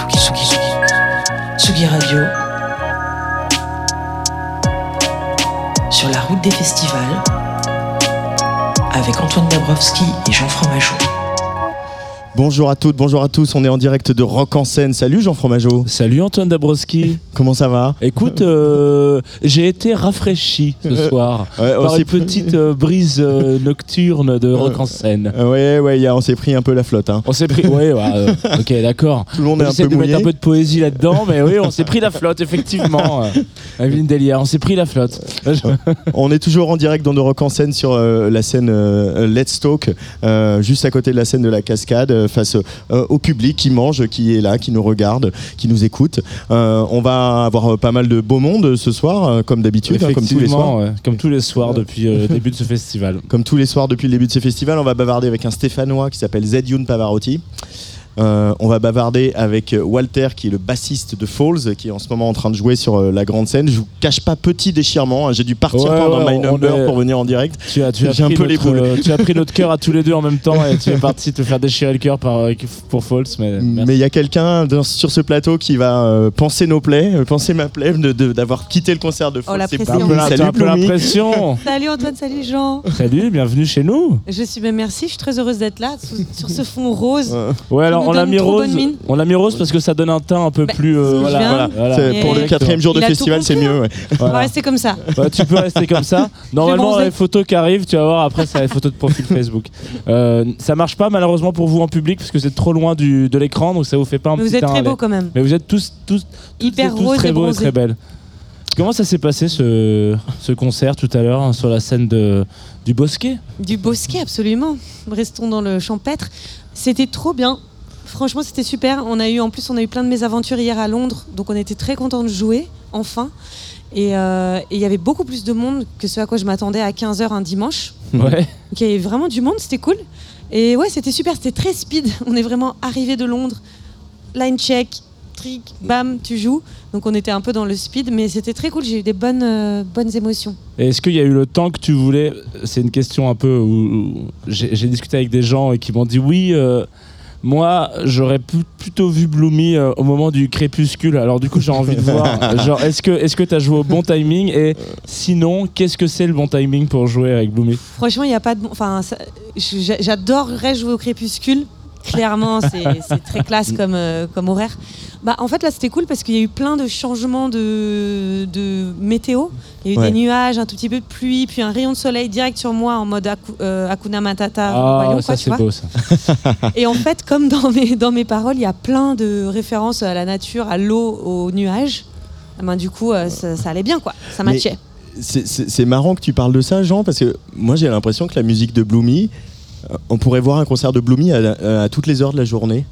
Tsugi Radio, sur la route des festivals, avec Antoine Dabrowski et Jean Fromageau. Bonjour à toutes, bonjour à tous, on est en direct de Rock en scène. Salut Jean Fromageau. Salut Antoine Dabrowski. Comment ça va ? Écoute, j'ai été rafraîchi ce soir par une petite brise nocturne de Rock en scène. Ouais, on s'est pris un peu la flotte. Hein. On s'est pris, ok, d'accord. Tout le monde est un peu de mouillé. mettre un peu de poésie là-dedans, mais oui, on s'est pris la flotte, effectivement. Evelyne Delia, on s'est pris la flotte. On est toujours en direct dans de Rock en scène sur la scène Let's Talk, juste à côté de la scène de la Cascade. Face au public qui mange, qui est là, qui nous regarde, qui nous écoute. On va avoir pas mal de beau monde ce soir, comme d'habitude, comme tous les soirs. Ouais, comme tous les soirs depuis le début de ce festival. Comme tous les soirs depuis le début de ce festival, on va bavarder avec un Stéphanois qui s'appelle Zedioun Pavarotti. On va bavarder avec Walter qui est le bassiste de Falls, qui est en ce moment en train de jouer sur la grande scène. Je vous cache pas, petit déchirement, hein. J'ai dû partir pendant My Number pour venir en direct. Tu as J'ai un peu les boules. Tu as pris notre cœur à tous les deux en même temps et tu es parti te faire déchirer le cœur pour Falls. Mais il y a quelqu'un sur ce plateau qui va penser nos plaies, penser ma plaie d'avoir quitté le concert de Falls. Oh, la pression. Salut, un peu l'impression. Salut Antoine, salut Jean. Salut, bienvenue chez nous. Merci, je suis très heureuse d'être là sur ce fond rose. Ouais, alors on l'a mis rose parce que ça donne un teint un peu plus voilà. Pour le 4e jour de festival, c'est mieux. Ouais. On va rester comme ça. Ouais, tu peux rester comme ça. Normalement, les photos qui arrivent, tu vas voir après, c'est les photos de profil Facebook. Ça marche pas malheureusement pour vous en public parce que c'est trop loin de l'écran, donc ça vous fait pas un petit teint. Vous êtes très beaux quand même. Mais vous êtes tous hyper roses très et beaux et bronzés. très belles. Comment ça s'est passé ce concert tout à l'heure sur la scène du Bosquet ? Du Bosquet, absolument. Restons dans le champêtre. C'était trop bien. Franchement, c'était super. On a eu plein de mésaventures hier à Londres, donc on était très contents de jouer, enfin. Et il y avait beaucoup plus de monde que ce à quoi je m'attendais à 15h un dimanche. Ouais. Donc il y avait vraiment du monde, c'était cool. Et ouais, c'était super, c'était très speed. On est vraiment arrivé de Londres, line check, trick, bam, tu joues. Donc on était un peu dans le speed, mais c'était très cool. J'ai eu des bonnes émotions. Et est-ce qu'il y a eu le temps que tu voulais ? C'est une question un peu où j'ai discuté avec des gens et qui m'ont dit oui. Moi, j'aurais plutôt vu Bloomy au moment du crépuscule. Alors du coup, j'ai envie de voir. Genre, est-ce que tu as joué au bon timing ? Et sinon, qu'est-ce que c'est le bon timing pour jouer avec Bloomy ? Franchement, il n'y a pas de bon... Enfin, j'adorerais jouer au crépuscule. Clairement, c'est très classe comme horaire. Bah, en fait, là, c'était cool parce qu'il y a eu plein de changements de météo. Il y a eu des nuages, un tout petit peu de pluie, puis un rayon de soleil direct sur moi en mode Hakuna Matata. Ah, ça, c'est beau, ça. Et en fait, comme dans mes paroles, il y a plein de références à la nature, à l'eau, aux nuages. Ben, du coup, ça allait bien, quoi. Ça matchait. C'est marrant que tu parles de ça, Jean, parce que moi, j'ai l'impression que la musique de Bloomy, on pourrait voir un concert de Bloomy à toutes les heures de la journée.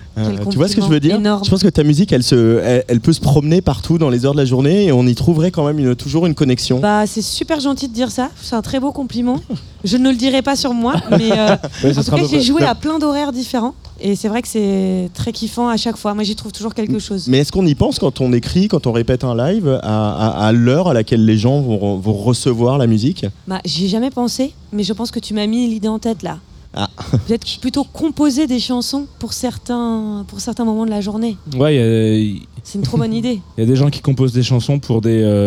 Tu vois ce que je veux dire ? Énorme. Je pense que ta musique, elle peut se promener partout dans les heures de la journée et on y trouverait quand même toujours une connexion. Bah, c'est super gentil de dire ça. C'est un très beau compliment. Je ne le dirai pas sur moi, mais en tout cas, j'ai joué à plein d'horaires différents et c'est vrai que c'est très kiffant à chaque fois. Moi, j'y trouve toujours quelque chose. Mais est-ce qu'on y pense quand on écrit, quand on répète un live, à l'heure à laquelle les gens vont recevoir la musique ? Bah, j'y ai jamais pensé, mais je pense que tu m'as mis l'idée en tête là. Ah. Peut-être plutôt composer des chansons pour certains moments de la journée. Ouais, c'est une trop bonne idée. Il y a des gens qui composent des chansons pour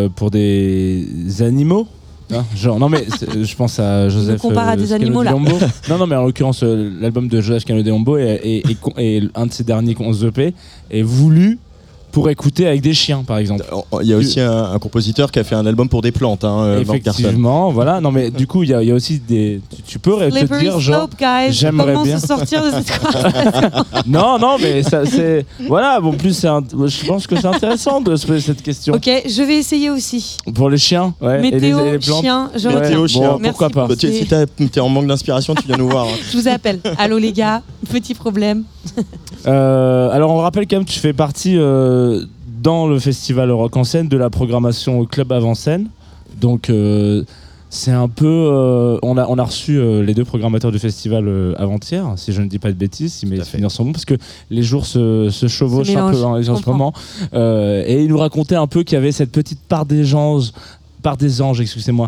des animaux. Genre, non mais je pense à Joseph. On compare à des animaux là. Non mais en l'occurrence l'album de Joseph Cano-Deombo et un de ses derniers EP est voulu pour écouter avec des chiens, par exemple. Il y a aussi un compositeur qui a fait un album pour des plantes, effectivement, voilà. Non, mais du coup, il y a aussi des. Tu peux te dire, genre, j'aimerais comment bien se sortir de cette conversation. non, mais ça, c'est. Voilà, bon, plus, je pense que c'est intéressant de se poser cette question. Ok, je vais essayer aussi. Pour les chiens, ouais. Météo, et les plantes. chiens, je Météo, chien. Pourquoi pas. Si t'es en manque d'inspiration, tu viens nous voir. Je vous appelle. Allô, les gars, petit problème. Alors, on rappelle quand même que tu fais partie. Dans le festival Rock en scène de la programmation au Club Avant-Scène. Donc c'est un peu on a reçu les deux programmateurs du festival avant-hier, si je ne dis pas de bêtises, si mes souvenirs sont bons, parce que les jours se chevauchent un peu en ce moment, et ils nous racontaient un peu qu'il y avait cette petite part des anges, excusez-moi,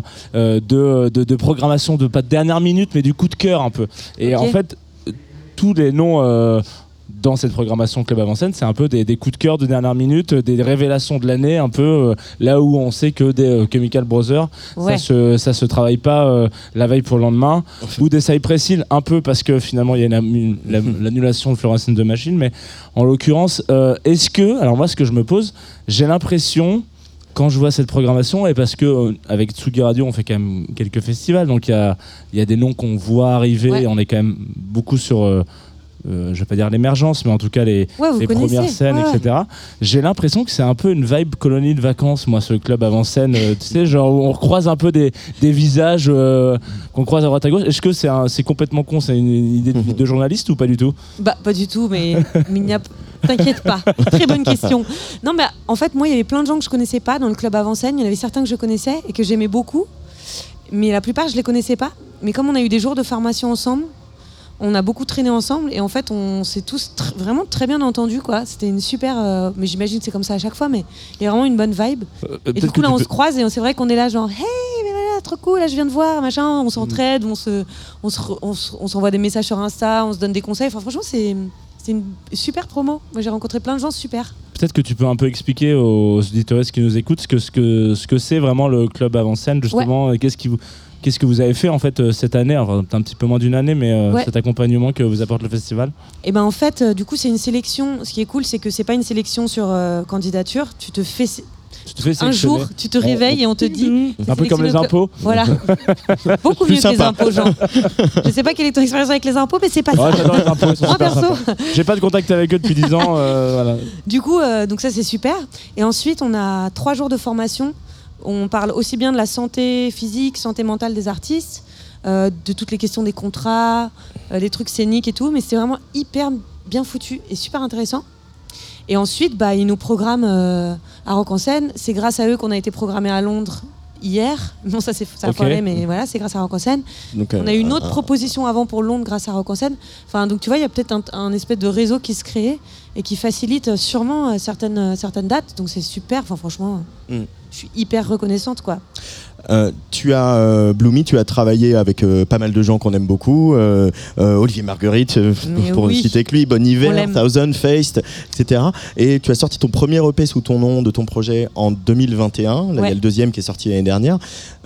de programmation de pas de dernière minute mais du coup de cœur un peu. Et en fait tous les noms dans cette programmation Club Avant-Scène, c'est un peu des coups de cœur de dernière minute, des révélations de l'année, un peu là où on sait que des Chemical Brothers, ça se travaille pas la veille pour le lendemain, ou des Cypress Hill, un peu parce que finalement il y a l'annulation de Florence and the Machine, mais en l'occurrence, est-ce que, alors moi ce que je me pose, j'ai l'impression, quand je vois cette programmation, et parce que avec Tsugi Radio on fait quand même quelques festivals, donc il y a des noms qu'on voit arriver, et on est quand même beaucoup sur je vais pas dire l'émergence, mais en tout cas les premières scènes, etc. J'ai l'impression que c'est un peu une vibe colonie de vacances, moi, ce Club Avant-Scène, tu sais, genre où on croise un peu des visages qu'on croise à droite à gauche. Est-ce que c'est complètement con, c'est une idée de journaliste ou pas du tout? Bah pas du tout, mais il n'y a... T'inquiète pas, très bonne question. Non, mais en fait, moi, il y avait plein de gens que je connaissais pas dans le Club Avant-Scène. Il y en avait certains que je connaissais et que j'aimais beaucoup, mais la plupart, je les connaissais pas. Mais comme on a eu des jours de formation ensemble, on a beaucoup traîné ensemble et en fait on s'est tous vraiment très bien entendus, quoi. C'était une super mais j'imagine que c'est comme ça à chaque fois, mais il y a vraiment une bonne vibe et du coup là on se croise et c'est vrai qu'on est là genre hey mais voilà trop cool, là je viens de voir machin, on s'entraide, on s'envoie des messages sur Insta, on se donne des conseils, enfin franchement c'est une super promo. Moi j'ai rencontré plein de gens super. Peut-être que tu peux un peu expliquer aux auditeurs qui nous écoutent ce que c'est vraiment le Club Avant-Scène justement, et qu'est-ce que vous avez fait en fait cette année, enfin un petit peu moins d'une année, mais cet accompagnement que vous apporte le festival? Et ben en fait, du coup c'est une sélection. Ce qui est cool, c'est que c'est pas une sélection sur candidature. Tu te fais un jour, tu te réveilles et on te dit. Un peu comme les impôts. Voilà. Beaucoup mieux que les impôts, Jean. Je sais pas quelle est ton expérience avec les impôts, mais c'est pas ça. J'adore les impôts. Ils sont moi super perso. J'ai pas de contact avec eux depuis 10 ans. Voilà. Du coup, donc ça c'est super. Et ensuite, on a 3 jours de formation. On parle aussi bien de la santé physique, santé mentale des artistes, de toutes les questions des contrats, des trucs scéniques et tout, mais c'est vraiment hyper bien foutu et super intéressant. Et ensuite, ils nous programment à Rock en Scène. C'est grâce à eux qu'on a été programmés à Londres hier. Bon, ça a foiré, mais voilà, c'est grâce à Rock en Scène. Donc, on a eu une autre proposition avant pour Londres grâce à Rock en Scène. Enfin, donc tu vois, il y a peut-être un espèce de réseau qui se crée et qui facilite sûrement certaines dates. Donc c'est super. Enfin, franchement, je suis hyper reconnaissante, quoi. Tu as Bloomy, tu as travaillé avec pas mal de gens qu'on aime beaucoup, Olivier Marguerite, pour citer que lui, Bon Hiver, Thousand Faced, etc. Et tu as sorti ton premier EP sous ton nom de ton projet en 2021. Là, il y a le deuxième qui est sorti l'année dernière.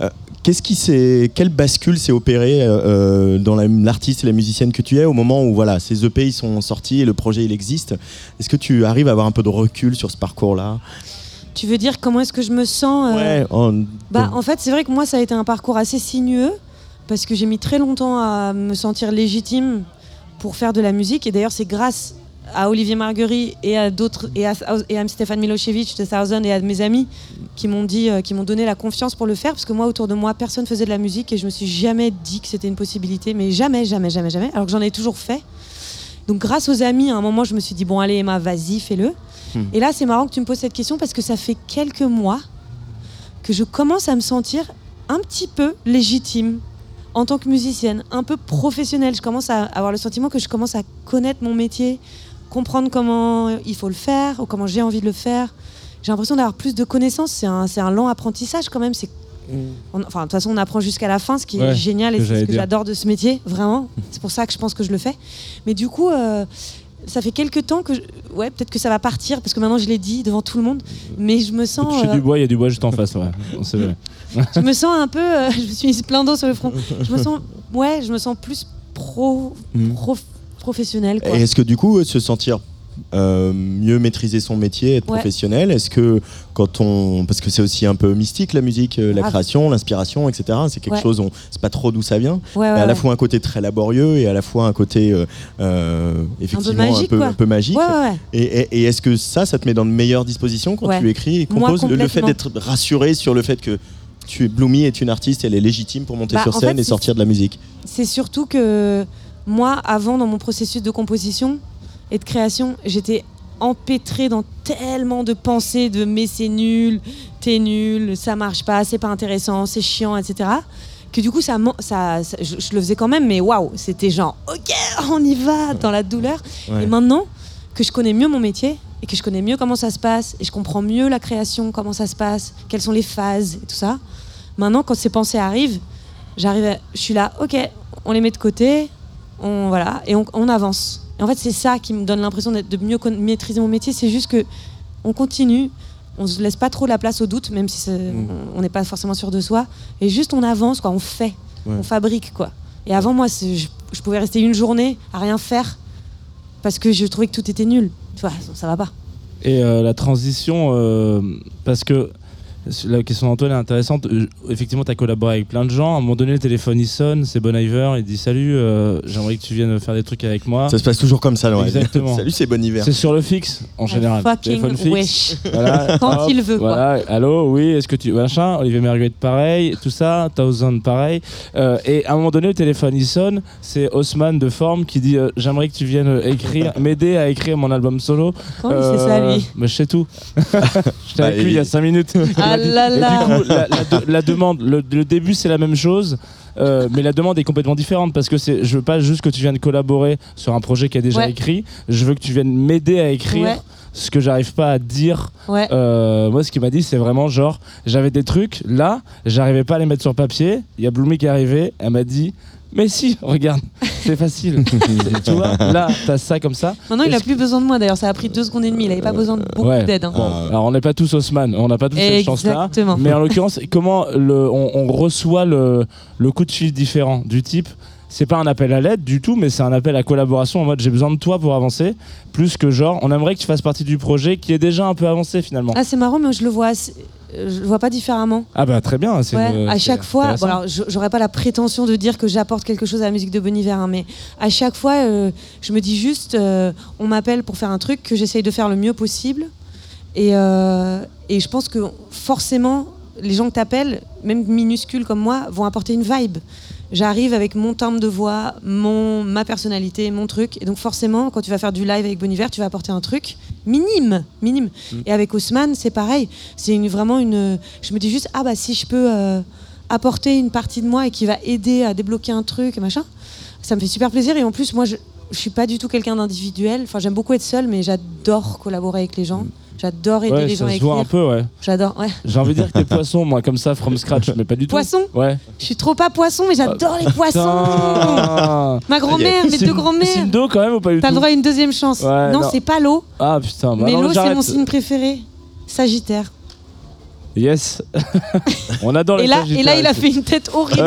Quelle bascule s'est opérée dans l'artiste et la musicienne que tu es au moment où voilà, ces EP ils sont sortis et le projet il existe? Est-ce que tu arrives à avoir un peu de recul sur ce parcours-là? Tu veux dire comment est-ce que je me sens en fait, c'est vrai que moi, ça a été un parcours assez sinueux parce que j'ai mis très longtemps à me sentir légitime pour faire de la musique. Et d'ailleurs, c'est grâce à Olivier Marguerite et à d'autres, et à Stéphane Milosevic de Thousand et à mes amis qui m'ont donné la confiance pour le faire, parce que moi, autour de moi, personne faisait de la musique et je me suis jamais dit que c'était une possibilité, mais jamais, alors que j'en ai toujours fait. Donc grâce aux amis, à un moment, je me suis dit bon, allez Emma, vas-y, fais-le. Et là, c'est marrant que tu me poses cette question parce que ça fait quelques mois que je commence à me sentir un petit peu légitime en tant que musicienne, un peu professionnelle. Je commence à avoir le sentiment que je commence à connaître mon métier, comprendre comment il faut le faire ou comment j'ai envie de le faire. J'ai l'impression d'avoir plus de connaissances. C'est un lent apprentissage quand même. De toute façon, on apprend jusqu'à la fin, ce qui est génial et c'est ce que j'adore de ce métier, vraiment. C'est pour ça que je pense que je le fais. Mais du coup... ça fait quelques temps que peut-être que ça va partir parce que maintenant je l'ai dit devant tout le monde, mais je me sens il y a du bois juste en face, c'est vrai. Je me sens un peu je me suis mis plein d'eau sur le front. Je me sens plus professionnel, quoi. Et est-ce que du coup se sentir mieux maîtriser son métier, être professionnel, est-ce que parce que c'est aussi un peu mystique la musique, la création, l'inspiration, etc. C'est quelque chose, on sait pas trop d'où ça vient, mais à la fois un côté très laborieux et à la fois un côté effectivement un peu magique. Et est-ce que ça te met dans de meilleures dispositions quand tu écris et composes, le fait d'être rassuré sur le fait que Bloomy est une artiste, elle est légitime pour monter sur scène et sortir de la musique? C'est surtout que moi, avant, dans mon processus de composition et de création, j'étais empêtrée dans tellement de pensées de mais c'est nul, t'es nul, ça marche pas, c'est pas intéressant, c'est chiant, etc. Que du coup, je le faisais quand même, mais waouh, c'était genre ok, on y va dans la douleur. Et maintenant que je connais mieux mon métier et que je connais mieux comment ça se passe et je comprends mieux la création, comment ça se passe, quelles sont les phases et tout ça, maintenant quand ces pensées arrivent, je suis là, ok, on les met de côté, on avance. Et en fait, c'est ça qui me donne l'impression de mieux maîtriser mon métier. C'est juste que on continue, on se laisse pas trop la place au doute, même si on n'est pas forcément sûr de soi. Et juste on avance, quoi. On fait, on fabrique, quoi. Et avant, moi, je pouvais rester une journée à rien faire parce que je trouvais que tout était nul. Tu vois, ça va pas. Et la transition, parce que la question d'Antoine est intéressante. Effectivement, tu as collaboré avec plein de gens. À un moment donné, le téléphone il sonne, c'est Bon Iver, il dit salut, j'aimerais que tu viennes faire des trucs avec moi. Ça se passe toujours comme ça, ouais. Exactement. Salut, c'est Bon Iver. C'est sur le fixe en général. Fucking Téléphone wish. fixe. Voilà, Quand hop, il veut, quoi. Voilà. Allô, oui, est-ce que tu. Machin, Olivier Merguet, pareil, tout ça, Thousand, pareil. Et à un moment donné, le téléphone il sonne, c'est Haussmann de Forme qui dit j'aimerais que tu viennes m'aider à écrire mon album solo. Comment il sait ça, lui? Mais je sais tout. J'étais avec lui il y a 5 minutes. Ah là là. La demande, le début c'est la même chose, mais la demande est complètement différente parce que je veux pas juste que tu viennes collaborer sur un projet qui est déjà écrit, je veux que tu viennes m'aider à écrire ce que j'arrive pas à dire. Moi ce qu'il m'a dit c'est vraiment genre j'avais des trucs là, j'arrivais pas à les mettre sur papier, il y a Bloomy qui est arrivé, elle m'a dit mais si, regarde, c'est facile. Tu vois, là, t'as ça comme ça. Maintenant, il a plus besoin de moi d'ailleurs, ça a pris 2 secondes et demie, il avait pas besoin de beaucoup d'aide. Hein. Bon, alors on n'est pas tous Haussmann, on n'a pas tous cette chance-là. Mais en l'occurrence, comment on reçoit le coup de fil différent du type c'est pas un appel à l'aide du tout, mais c'est un appel à collaboration en mode j'ai besoin de toi pour avancer, plus que genre on aimerait que tu fasses partie du projet qui est déjà un peu avancé finalement. Ah c'est marrant, mais je le vois pas différemment. Ah bah très bien. À chaque fois, bon, alors j'aurais pas la prétention de dire que j'apporte quelque chose à la musique de Bon Iver, hein, mais à chaque fois je me dis juste on m'appelle pour faire un truc que j'essaye de faire le mieux possible et je pense que forcément les gens que t'appelles, même minuscules comme moi, vont apporter une vibe. J'arrive avec mon timbre de voix, ma personnalité, mon truc. Et donc forcément, quand tu vas faire du live avec Bon Iver, tu vas apporter un truc minime. Et avec Haussmann, c'est pareil. C'est vraiment une... Je me dis juste, ah bah si je peux apporter une partie de moi et qui va aider à débloquer un truc, machin, ça me fait super plaisir. Et en plus, moi, je suis pas du tout quelqu'un d'individuel. Enfin, j'aime beaucoup être seule, mais j'adore collaborer avec les gens. J'adore aider les gens à écrire. Ça se voit un peu, ouais. J'adore, ouais. J'ai envie de dire que t'es poisson, moi, comme ça, from scratch, mais pas du tout. Poisson ? Ouais. Je suis trop pas poisson, mais j'adore les poissons. Ma grand-mère, mes 2 grands-mères. C'est une do quand même ou pas du tout ? T'as le droit à une 2e chance. Ouais, non, c'est pas l'eau. Ah putain, bah mais non, l'eau, c'est mon signe préféré. Sagittaire. Yes. On adore les Sagittaires. Et là, il a fait une tête horrible.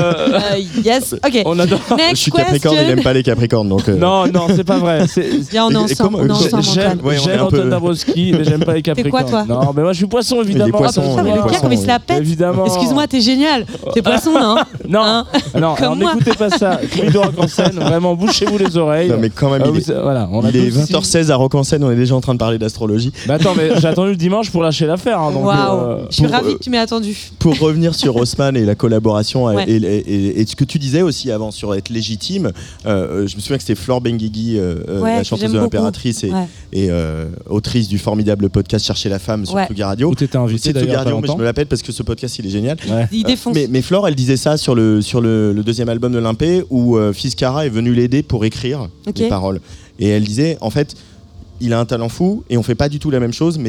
Yes. Ok. On adore. Je suis Capricorne, il n'aime pas les Capricornes. Donc Non, c'est pas vrai. Viens, on est ensemble. J'aime Antoine Dabrowski, mais j'aime pas les Capricornes. T'es quoi, toi ? Non, mais moi, je suis poisson, évidemment. Les poissons, mais le gars, comme il se la pète. Évidemment. Excuse-moi, t'es génial. T'es poisson, non ? Non, alors n'écoutez pas ça. Clip de Rock en scène, vraiment, bouchez-vous les oreilles. Non, mais quand même, il est 20h16 à Rock en scène, on est déjà en train de parler d'astrologie. Mais attends, mais j'ai attendu le dimanche pour lâcher l'affaire. Waouh. Je suis ravie que tu m'aies attendu. Pour revenir sur Haussmann et la collaboration et ce que tu disais aussi avant sur être légitime, je me souviens que c'était Flore Benguigui, la chanteuse de l'Impératrice et autrice du formidable podcast Chercher la femme sur Tsugi Radio. Où t'étais invité d'ailleurs. Mais je me la pète parce que ce podcast il est génial. Il défonce. Mais Flore, elle disait ça sur le 2e album de l'Impé où Fiskara est venu l'aider pour écrire les paroles. Et elle disait en fait il a un talent fou et on fait pas du tout la même chose, mais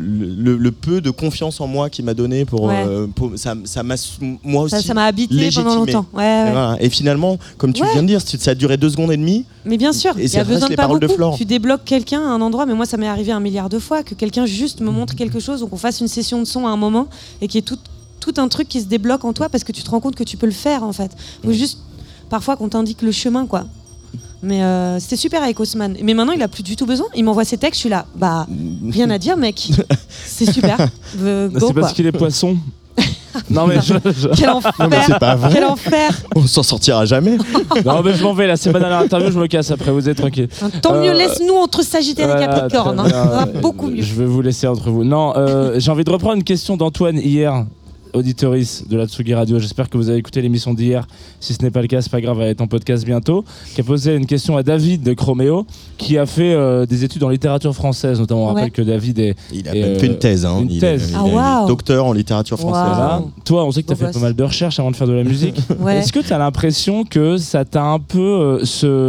le peu de confiance en moi qu'il m'a donné pour ça m'a moi aussi ça m'a habité pendant longtemps. Et, voilà. Et finalement, comme tu viens de dire, ça a duré 2 secondes et demie. Mais bien sûr, il y a besoin de pas beaucoup. Tu débloques quelqu'un à un endroit, mais moi ça m'est arrivé 1 milliard de fois que quelqu'un juste me montre quelque chose ou qu'on fasse une session de son à un moment et qu'il y ait tout un truc qui se débloque en toi parce que tu te rends compte que tu peux le faire en fait. Ou juste parfois qu'on t'indique le chemin quoi. Mais c'était super avec Haussmann. Mais maintenant, il a plus du tout besoin. Il m'envoie ses textes, je suis là. Bah, rien à dire, mec. C'est super. C'est parce qu'il est poisson. Non mais Quel enfer. Non, mais c'est pas vrai. Quel enfer. On s'en sortira jamais. Non mais je m'en vais là, c'est ma dernière interview, je me casse après, vous êtes tranquille. Tant mieux, laisse-nous entre Sagittaire et Capricorne. Ça va beaucoup mieux. Je vais vous laisser entre vous. Non, j'ai envie de reprendre une question d'Antoine hier. Auditorice de la Tsugi Radio, j'espère que vous avez écouté l'émission d'hier. Si ce n'est pas le cas, c'est pas grave, elle va être en podcast bientôt. Qui a posé une question à David de Chroméo, qui a fait des études en littérature française, notamment. On rappelle que David il a même fait une thèse. Il est docteur en littérature française. Voilà. Toi, on sait que tu as fait pas mal de recherches avant de faire de la musique. Est-ce que tu as l'impression que ça t'a un peu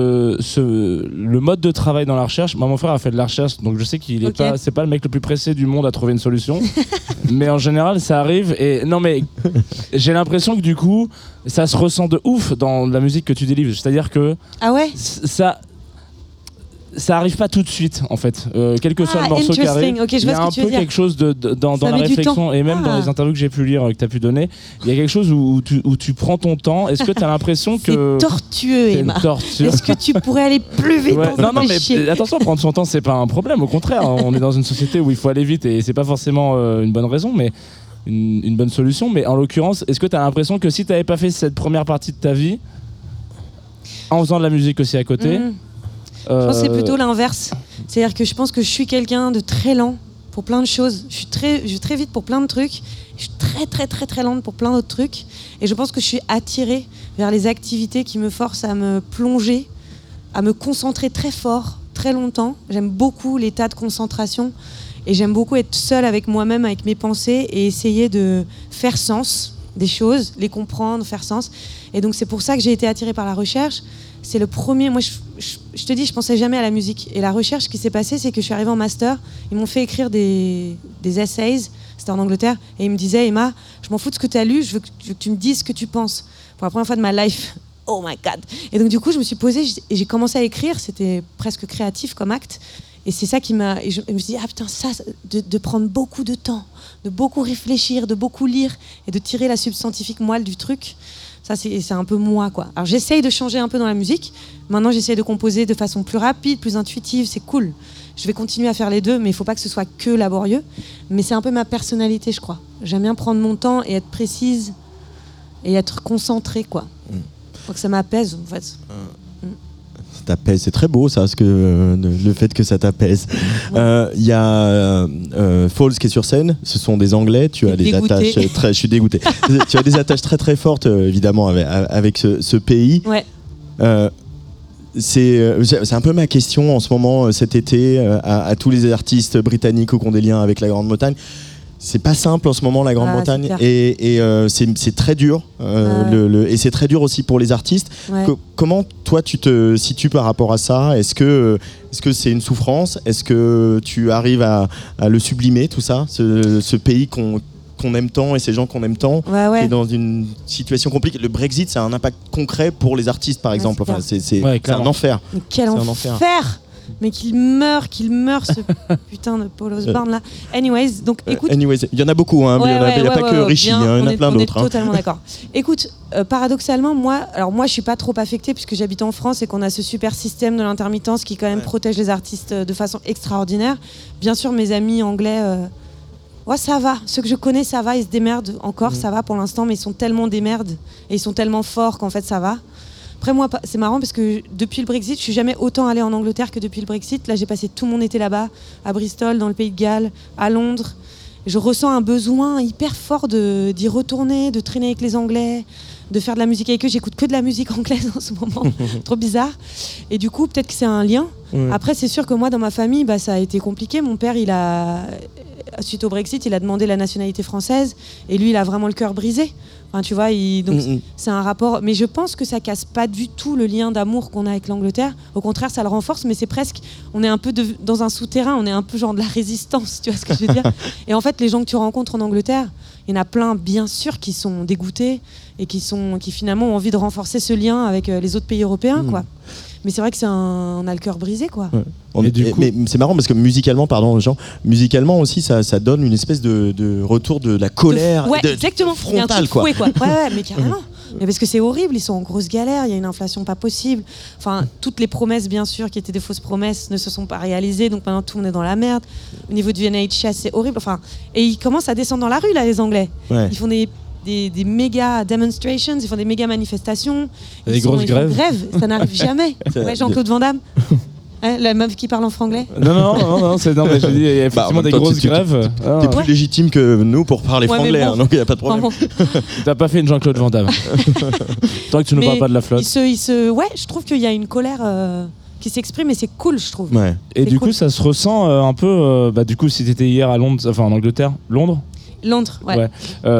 le mode de travail dans la recherche? Moi, mon frère a fait de la recherche, donc je sais qu'il est c'est pas le mec le plus pressé du monde à trouver une solution. Mais en général, ça arrive. Et non, mais j'ai l'impression que du coup, ça se ressent de ouf dans la musique que tu délivres. C'est-à-dire que ah ouais, ça, ça arrive pas tout de suite en fait. Quel que soit le morceau qui arrive, okay, il y a un peu quelque chose dans la réflexion et même dans les interviews que j'ai pu lire, que tu as pu donner, il y a quelque chose où tu prends ton temps. Est-ce que tu as l'impression que c'est tortueux, Emma. Est-ce que tu pourrais aller plus vite? Non, mais attention, prendre son temps, c'est pas un problème. Au contraire, on est dans une société où il faut aller vite et c'est pas forcément une bonne raison, mais une bonne solution. Mais en l'occurrence, est-ce que tu as l'impression que si tu n'avais pas fait cette première partie de ta vie, en faisant de la musique aussi à côté, je pense que c'est plutôt l'inverse. C'est-à-dire que je pense que je suis quelqu'un de très lent pour plein de choses. Je vais très vite pour plein de trucs. Je suis très lente pour plein d'autres trucs. Et je pense que je suis attirée vers les activités qui me forcent à me plonger, à me concentrer très fort, très longtemps. J'aime beaucoup l'état de concentration. Et j'aime beaucoup être seule avec moi-même, avec mes pensées et essayer de faire sens des choses, les comprendre, faire sens. Et donc c'est pour ça que j'ai été attirée par la recherche. C'est le premier... Moi, je te dis, je pensais jamais à la musique. Et la recherche, ce qui s'est passé, c'est que je suis arrivée en master. Ils m'ont fait écrire des essays. C'était en Angleterre. Et ils me disaient, Emma, je m'en fous de ce que tu as lu. Je veux que tu me dises ce que tu penses. Pour la première fois de ma life. Oh my God. Et donc, du coup, je me suis posée et j'ai commencé à écrire. C'était presque créatif comme acte. Et c'est ça qui m'a... Et je me suis dit, ah putain, ça, de prendre beaucoup de temps, de beaucoup réfléchir, de beaucoup lire et de tirer la substantifique moelle du truc... Ça, c'est un peu moi, quoi. Alors, j'essaye de changer un peu dans la musique. Maintenant, j'essaye de composer de façon plus rapide, plus intuitive. C'est cool. Je vais continuer à faire les deux, mais il ne faut pas que ce soit que laborieux. Mais c'est un peu ma personnalité, je crois. J'aime bien prendre mon temps et être précise et être concentrée, quoi. Donc, ça m'apaise, en fait. Ça t'apaise, c'est très beau, ça, le fait que ça t'apaise. Il y a Falls qui est sur scène. Ce sont des Anglais. Tu as des attaches je suis dégoûté. Tu as des attaches très fortes, évidemment, avec ce pays. Ouais. C'est un peu ma question en ce moment, cet été, à tous les artistes britanniques qui ont des liens avec la Grande-Bretagne. C'est pas simple en ce moment, la Grande-Bretagne, et c'est très dur. Et c'est très dur aussi pour les artistes. Ouais. Comment toi tu te situes par rapport à ça? Est-ce que c'est une souffrance? Est-ce que tu arrives à le sublimer, tout ça, ce pays qu'on aime tant et ces gens qu'on aime tant, qui est dans une situation compliquée? Le Brexit, ça a un impact concret pour les artistes, par exemple. Enfin, c'est un enfer. Mais quel enfer! Mais qu'il meure ce putain de Paul Osborne là. Anyways, donc écoute. Il y en a beaucoup, hein. Il n'y a pas que Richie, il y en a plein d'autres. On est totalement d'accord. Écoute, paradoxalement, moi je suis pas trop affectée puisque j'habite en France et qu'on a ce super système de l'intermittence qui quand même protège les artistes de façon extraordinaire. Bien sûr, mes amis anglais, ça va. Ceux que je connais, ça va, ils se démerdent encore, ça va pour l'instant, mais ils sont tellement démerdes et ils sont tellement forts qu'en fait ça va. Après moi, c'est marrant parce que depuis le Brexit, je suis jamais autant allée en Angleterre que depuis le Brexit. Là, j'ai passé tout mon été là-bas, à Bristol, dans le Pays de Galles, à Londres. Et je ressens un besoin hyper fort d'y retourner, de traîner avec les Anglais, de faire de la musique avec eux. J'écoute que de la musique anglaise en ce moment, trop bizarre. Et du coup, peut-être que c'est un lien. Après, c'est sûr que moi, dans ma famille, ça a été compliqué. Mon père, suite au Brexit, il a demandé la nationalité française. Et lui, il a vraiment le cœur brisé. Enfin, tu vois, donc c'est un rapport. Mais je pense que ça casse pas du tout le lien d'amour qu'on a avec l'Angleterre. Au contraire, ça le renforce. Mais c'est presque, on est un peu dans un souterrain. On est un peu genre de la résistance. Tu vois ce que je veux dire? Et en fait, les gens que tu rencontres en Angleterre, il y en a plein, bien sûr, qui sont dégoûtés et qui finalement ont envie de renforcer ce lien avec les autres pays européens, quoi. Mais c'est vrai que on a le cœur brisé, quoi. Ouais. Mais c'est marrant parce que musicalement, musicalement aussi, ça donne une espèce de retour de la colère, exactement. frontale, quoi. Ouais, mais carrément. Mais parce que c'est horrible, ils sont en grosse galère, il y a une inflation pas possible. Enfin, toutes les promesses, bien sûr, qui étaient des fausses promesses, ne se sont pas réalisées. Donc maintenant, tout le monde est dans la merde. Au niveau du NHS, c'est horrible. Enfin, et ils commencent à descendre dans la rue, là, les Anglais. Ouais. Ils font des méga demonstrations, ils font des méga manifestations. Des grosses grèves. Ça n'arrive jamais. Jean-Claude Van Damme. La meuf qui parle en franglais. Non, mais je dis, il y a effectivement des grosses grèves. T'es plus légitime que nous pour parler franglais, donc il n'y a pas de problème. T'as pas fait une Jean-Claude Van Damme. Tant que tu ne parles pas de la flotte. Je trouve qu'il y a une colère qui s'exprime et c'est cool, je trouve. Ouais. Et du coup, ça se ressent un peu. Du coup, si t'étais hier à Londres, enfin en Angleterre, Londres. Ouais.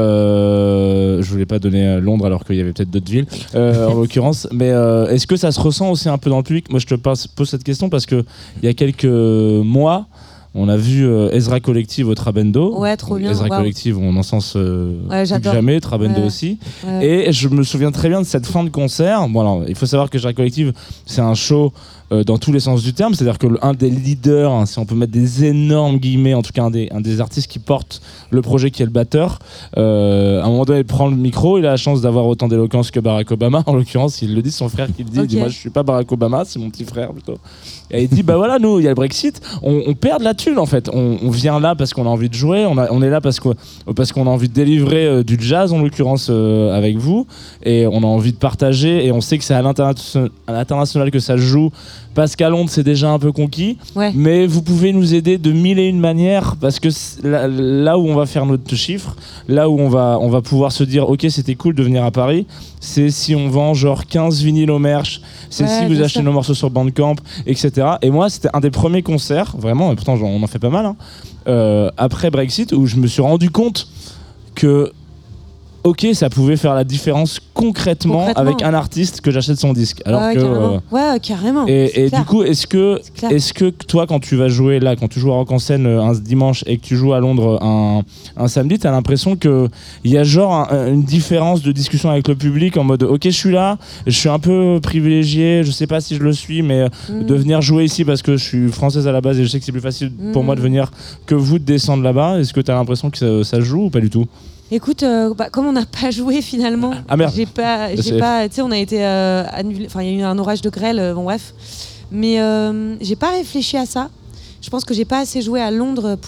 Je voulais pas donner Londres alors qu'il y avait peut-être d'autres villes en l'occurrence, mais est-ce que ça se ressent aussi un peu dans le public? Moi je te pose cette question parce que il y a quelques mois on a vu Ezra Collective au Trabendo. Ouais, trop bien. Ezra Collective, on encense jamais, Trabendo aussi. Ouais. Et je me souviens très bien de cette fin de concert. Bon, alors, il faut savoir que Ezra Collective, c'est un show dans tous les sens du terme, c'est-à-dire que un des leaders, hein, si on peut mettre des énormes guillemets, en tout cas un des artistes qui porte le projet, qui est le batteur, à un moment donné il prend le micro, il a la chance d'avoir autant d'éloquence que Barack Obama, en l'occurrence il le dit, son frère qui le dit, il dit moi je suis pas Barack Obama, c'est mon petit frère plutôt. Et il dit bah voilà, nous il y a le Brexit, on perd de la thune en fait, on vient là parce qu'on a envie de jouer, on est là parce qu'on a envie de délivrer du jazz en l'occurrence avec vous, et on a envie de partager, et on sait que c'est à l'international que ça se joue, parce qu'à Londres c'est déjà un peu conquis, mais vous pouvez nous aider de mille et une manières, parce que là où on va faire notre chiffre, là où on va pouvoir se dire ok c'était cool de venir à Paris, c'est si on vend genre 15 vinyles au merch, c'est si vous achetez nos morceaux sur Bandcamp, etc. Et moi c'était un des premiers concerts, vraiment, et pourtant on en fait pas mal, hein, après Brexit, où je me suis rendu compte que ok, ça pouvait faire la différence concrètement avec un artiste que j'achète son disque. Alors que, carrément. Et du coup, est-ce que toi, quand tu vas jouer là, quand tu joues à Rock en scène un dimanche et que tu joues à Londres un samedi, t'as l'impression qu'il y a genre une différence de discussion avec le public en mode ok, je suis là, je suis un peu privilégié, je sais pas si je le suis, mais de venir jouer ici parce que je suis française à la base et je sais que c'est plus facile pour moi de venir que vous de descendre là-bas. Est-ce que t'as l'impression que ça se joue ou pas du tout? Écoute, comme on n'a pas joué finalement, j'ai pas, tu sais, on a été annulé. Enfin, il y a eu un orage de grêle, bon bref. Mais j'ai pas réfléchi à ça. Je pense que j'ai pas assez joué à Londres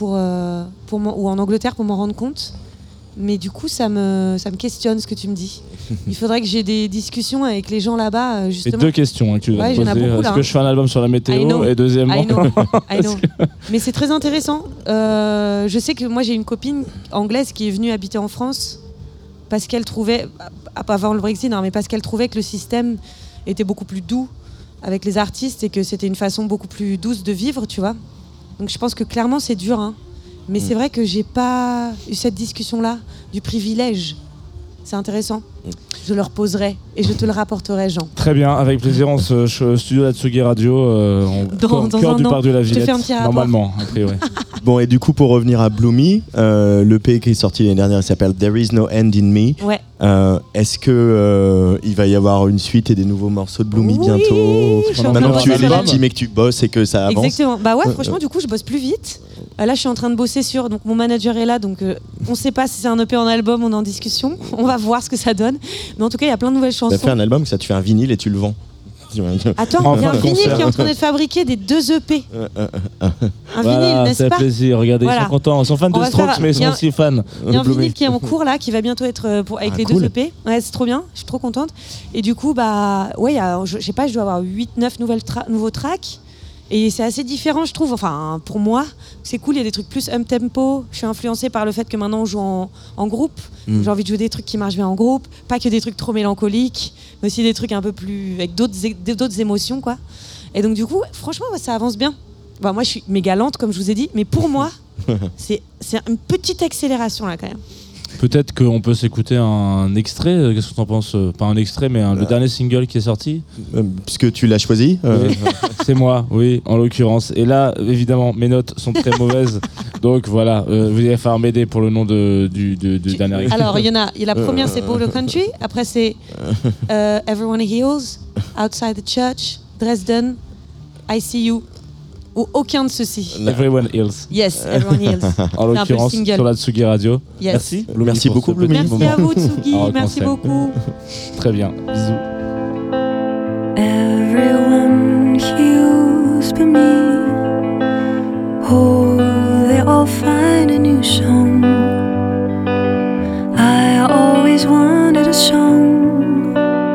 ou en Angleterre pour m'en rendre compte. Mais du coup, ça me questionne ce que tu me dis. Il faudrait que j'ai des discussions avec les gens là-bas, justement. Et deux questions que tu dois poser. Est-ce que je fais un album sur la météo? Et deuxièmement... I know. Mais c'est très intéressant. Je sais que moi, j'ai une copine anglaise qui est venue habiter en France parce qu'elle trouvait, avant le Brexit, mais parce qu'elle trouvait que le système était beaucoup plus doux avec les artistes et que c'était une façon beaucoup plus douce de vivre, tu vois. Donc je pense que clairement, c'est dur, hein. Mais c'est vrai que j'ai pas eu cette discussion-là du privilège. C'est intéressant. Je le reposerai et je te le rapporterai, Jean. Très bien, avec plaisir. On se studio d'Atsugi Radio, dans cœur du parc de la Villette. Normalement, a priori. Bon, et du coup, pour revenir à Bloomy, l'EP qui est sorti l'année dernière, il s'appelle There Is No End in Me. Ouais. Est-ce que il va y avoir une suite et des nouveaux morceaux de Bloomy bientôt? Maintenant que tu es légitime et que tu bosses et que ça avance. Exactement. Bah ouais, franchement, du coup, je bosse plus vite. Là, je suis en train de bosser sur. Donc, mon manager est là, donc on sait pas si c'est un EP en album, on est en discussion. On va voir ce que ça donne. Mais en tout cas, il y a plein de nouvelles chansons. Tu as fait un album, ça, tu fais un vinyle et tu le vends. Attends, il y a un vinyle qui est en train d'être fabriqué, des 2 EP. Un vinyle, n'est-ce pas? Ça fait plaisir, regardez, ils sont contents. Ils sont fans de Strokes, mais ils sont aussi fans. Il y a un vinyle qui est en cours là, qui va bientôt être avec les 2 EP. Ouais, c'est trop bien, je suis trop contente. Et du coup, je sais pas, je dois avoir 8-9 nouveaux tracks. Et c'est assez différent, je trouve. Enfin, pour moi, c'est cool. Il y a des trucs plus up-tempo. Je suis influencée par le fait que maintenant on joue en groupe. J'ai envie de jouer des trucs qui marchent bien en groupe. Pas que des trucs trop mélancoliques, mais aussi des trucs un peu plus avec d'autres émotions, quoi. Et donc, du coup, franchement, ça avance bien. Bah, moi, je suis méga lente, comme je vous ai dit. Mais pour moi, c'est une petite accélération, là, quand même. Peut-être qu'on peut s'écouter un extrait. Qu'est-ce que tu en penses? Pas un extrait, mais le dernier single qui est sorti. Puisque tu l'as choisi. Oui. C'est moi, oui, en l'occurrence. Et là, évidemment, mes notes sont très mauvaises. Donc voilà, vous allez falloir m'aider pour le nom du dernier extrait. Alors, il y a la première, c'est Border Country. Après, c'est Everyone Heals, Outside the Church, Dresden, I See You. Ou aucun de ceux-ci. Everyone Heals. Yes, Everyone Heals. En l'occurrence, sur la Tsugi Radio. Yes. Merci. Merci beaucoup, Bloomy. Merci à vous, Tsugi. Merci beaucoup. Très bien. Bisous. Everyone heals but me. Oh, they all find a new song. I always wanted a song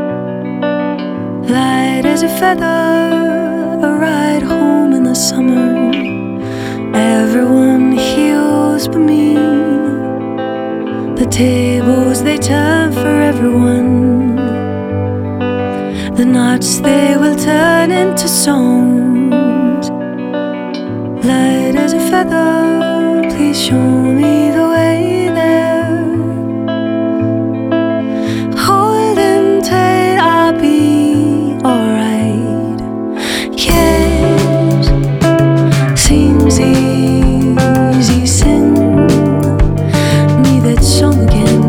light as a feather, a ride home in the summer. Everyone heals but me. The tables they turn for everyone. The knots they will turn into songs. Light as a feather, please show me the way there. Hold him tight, I'll be alright. Yes, seems easy, sing me that song again.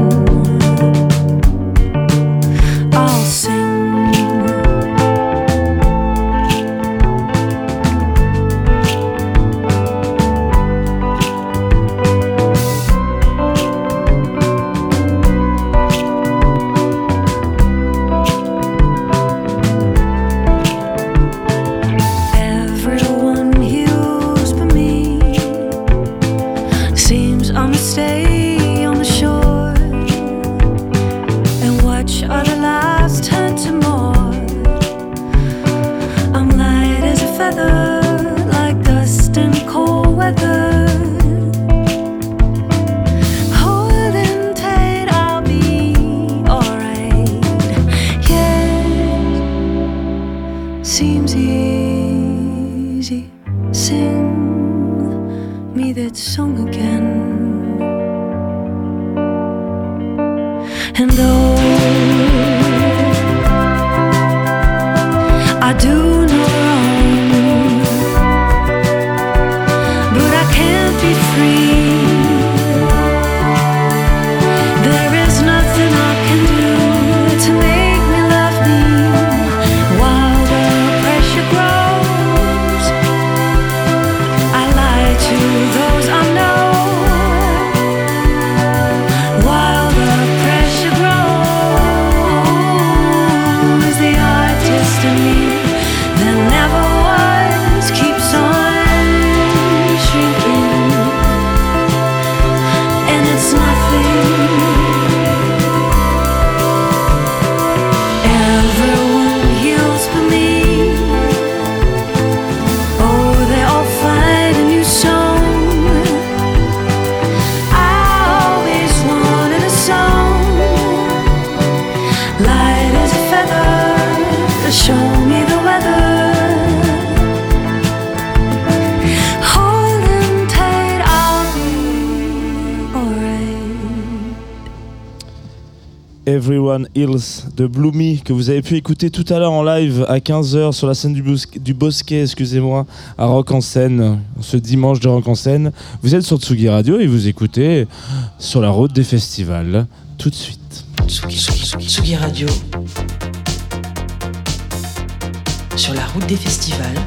I'll sing. easy. Sing me that song again. And oh, I do no wrong, but I can't be free. There is nothing I can do to make me love me. While the pressure grows, I lie to those I know. While the pressure grows, the artist in me that never was keeps on shrinking, and it's nothing. Everyone heals for me. Oh, they all find a new song. I always wanted a song light as a feather to show me the weather. Holding tight, I'll be alright. Everyone Heals de Bloomy, que vous avez pu écouter tout à l'heure en live à 15h sur la scène du Bosquet, excusez-moi, à Rock en Seine, ce dimanche de Rock en Seine. Vous êtes sur Tsugi Radio et vous écoutez Sur la route des festivals, tout de suite. Tsugi Radio. Sur la route des festivals.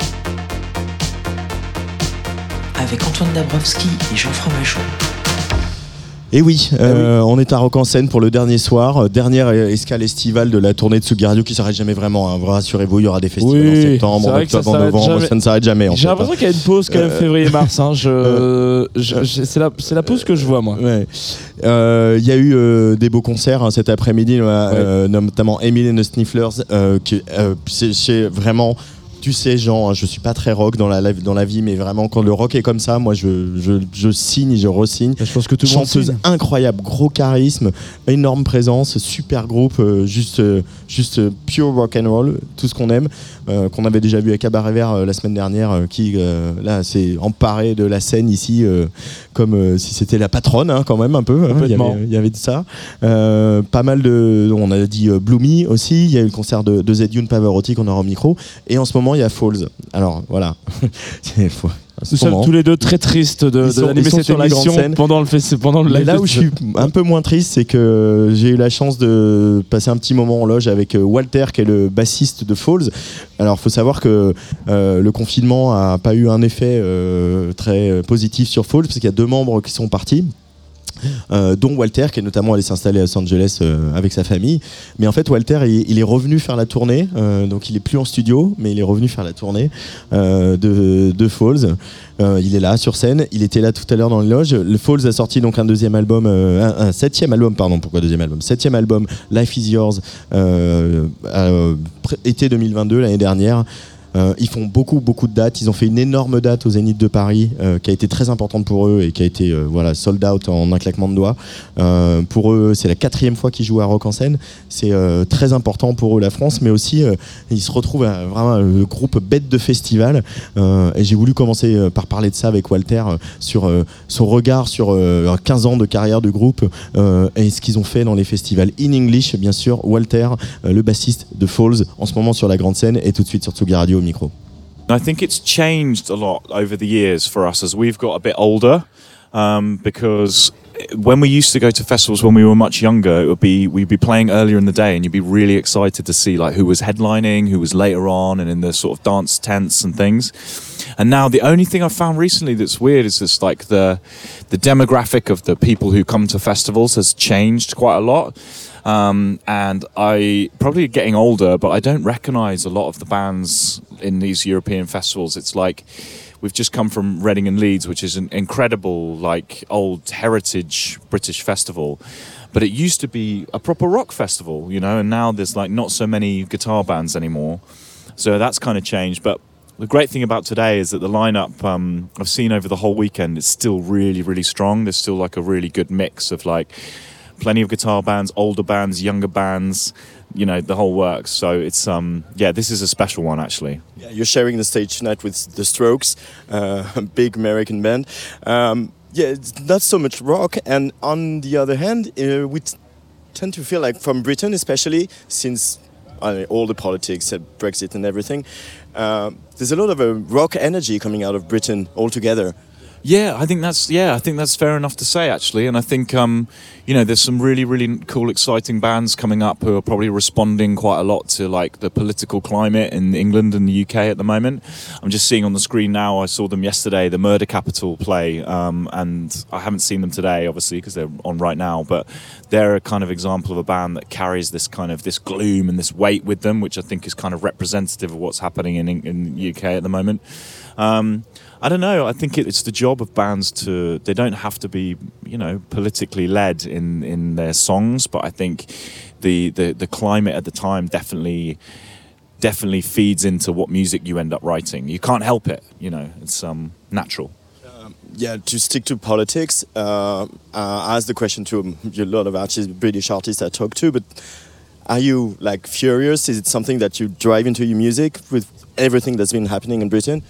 Avec Antoine Dabrowski et Jean Fromageau. Et oui, on est à Rock en Seine pour le dernier soir, dernière escale estivale de la tournée de Tsugi Radio qui s'arrête jamais vraiment. Hein. Rassurez-vous, il y aura des festivals en septembre, en octobre, en novembre, ça ne s'arrête jamais. J'ai l'impression qu'il y a une pause quand même février-mars. Hein. C'est la pause que je vois moi. Ouais. Il y a eu des beaux concerts hein, cet après-midi, notamment Emily and the Snifflers, c'est vraiment. Tu sais, Jean, je suis pas très rock dans la vie, mais vraiment, quand le rock est comme ça, moi, je signe, je re-signe. Je pense que tout le monde chanteuse incroyable, gros charisme, énorme présence, super groupe, juste pure rock and roll, tout ce qu'on aime, qu'on avait déjà vu à Cabaret Vert la semaine dernière, qui là s'est emparé de la scène ici, comme si c'était la patronne, hein, quand même un peu. Hein, il y avait de ça. Pas mal de, on a dit Bloomy aussi. Il y a eu le concert de Zedune Pavarotti qu'on aura au micro, et en ce moment il y a Falls. Alors voilà. Nous sommes tous les deux très tristes d'animer cette émission pendant le live. Mais là où je suis un peu moins triste, c'est que j'ai eu la chance de passer un petit moment en loge avec Walter, qui est le bassiste de Falls. Alors, il faut savoir que le confinement n'a pas eu un effet très positif sur Falls, parce qu'il y a 2 membres qui sont partis. Dont Walter, qui est notamment allé s'installer à Los Angeles avec sa famille. Mais en fait, Walter, il est revenu faire la tournée, donc il est plus en studio, mais il est revenu faire la tournée de Falls. Il est là sur scène, il était là tout à l'heure dans les loges. Le Falls a sorti donc un 7e album, pourquoi 2e album, 7e album, Life is Yours, été 2022, l'année dernière. Ils font beaucoup de dates. Ils ont fait une énorme date au Zénith de Paris qui a été très importante pour eux et qui a été sold out en un claquement de doigts. Pour eux, c'est la 4e fois qu'ils jouent à Rock en Seine. C'est très important pour eux, la France, mais aussi ils se retrouvent vraiment le groupe bête de festival. Et j'ai voulu commencer par parler de ça avec Walter sur son regard sur 15 ans de carrière du groupe et ce qu'ils ont fait dans les festivals. In English, bien sûr, Walter, le bassiste de Falls, en ce moment sur la grande scène et tout de suite sur Tsugi Radio. Micro. I think it's changed a lot over the years for us as we've got a bit older, because when we used to go to festivals when we were much younger, we'd be playing earlier in the day and you'd be really excited to see like who was headlining, who was later on and in the sort of dance tents and things. And now the only thing I've found recently that's weird is just like the demographic of the people who come to festivals has changed quite a lot. And I probably getting older, but I don't recognise a lot of the bands in these European festivals. It's like we've just come from Reading and Leeds, which is an incredible, like, old heritage British festival. But it used to be a proper rock festival, you know, and now there's like not so many guitar bands anymore. So that's kind of changed. But the great thing about today is that the lineup I've seen over the whole weekend, it's still really, really strong. There's still like a really good mix of like plenty of guitar bands, older bands, younger bands. the whole works. So it's this is a special one actually. Yeah, you're sharing the stage tonight with The Strokes, a big American band. It's not so much rock, and on the other hand, we tend to feel like from Britain, especially since all the politics, Brexit and everything, there's a lot of rock energy coming out of Britain altogether. Yeah, I think that's fair enough to say actually, and I think there's some really really cool, exciting bands coming up who are probably responding quite a lot to like the political climate in England and the UK at the moment. I'm just seeing on the screen now. I saw them yesterday, the Murder Capital play, and I haven't seen them today, obviously, because they're on right now. But they're a kind of example of a band that carries this kind of this gloom and this weight with them, which I think is kind of representative of what's happening in the UK at the moment. I don't know. I think it's the job of bands they don't have to be, politically led in their songs, but I think the climate at the time definitely feeds into what music you end up writing. You can't help it, it's natural. To stick to politics, I asked the question to a lot of British artists I talk to, but are you like furious? Is it something that you drive into your music with everything that's been happening in Britain?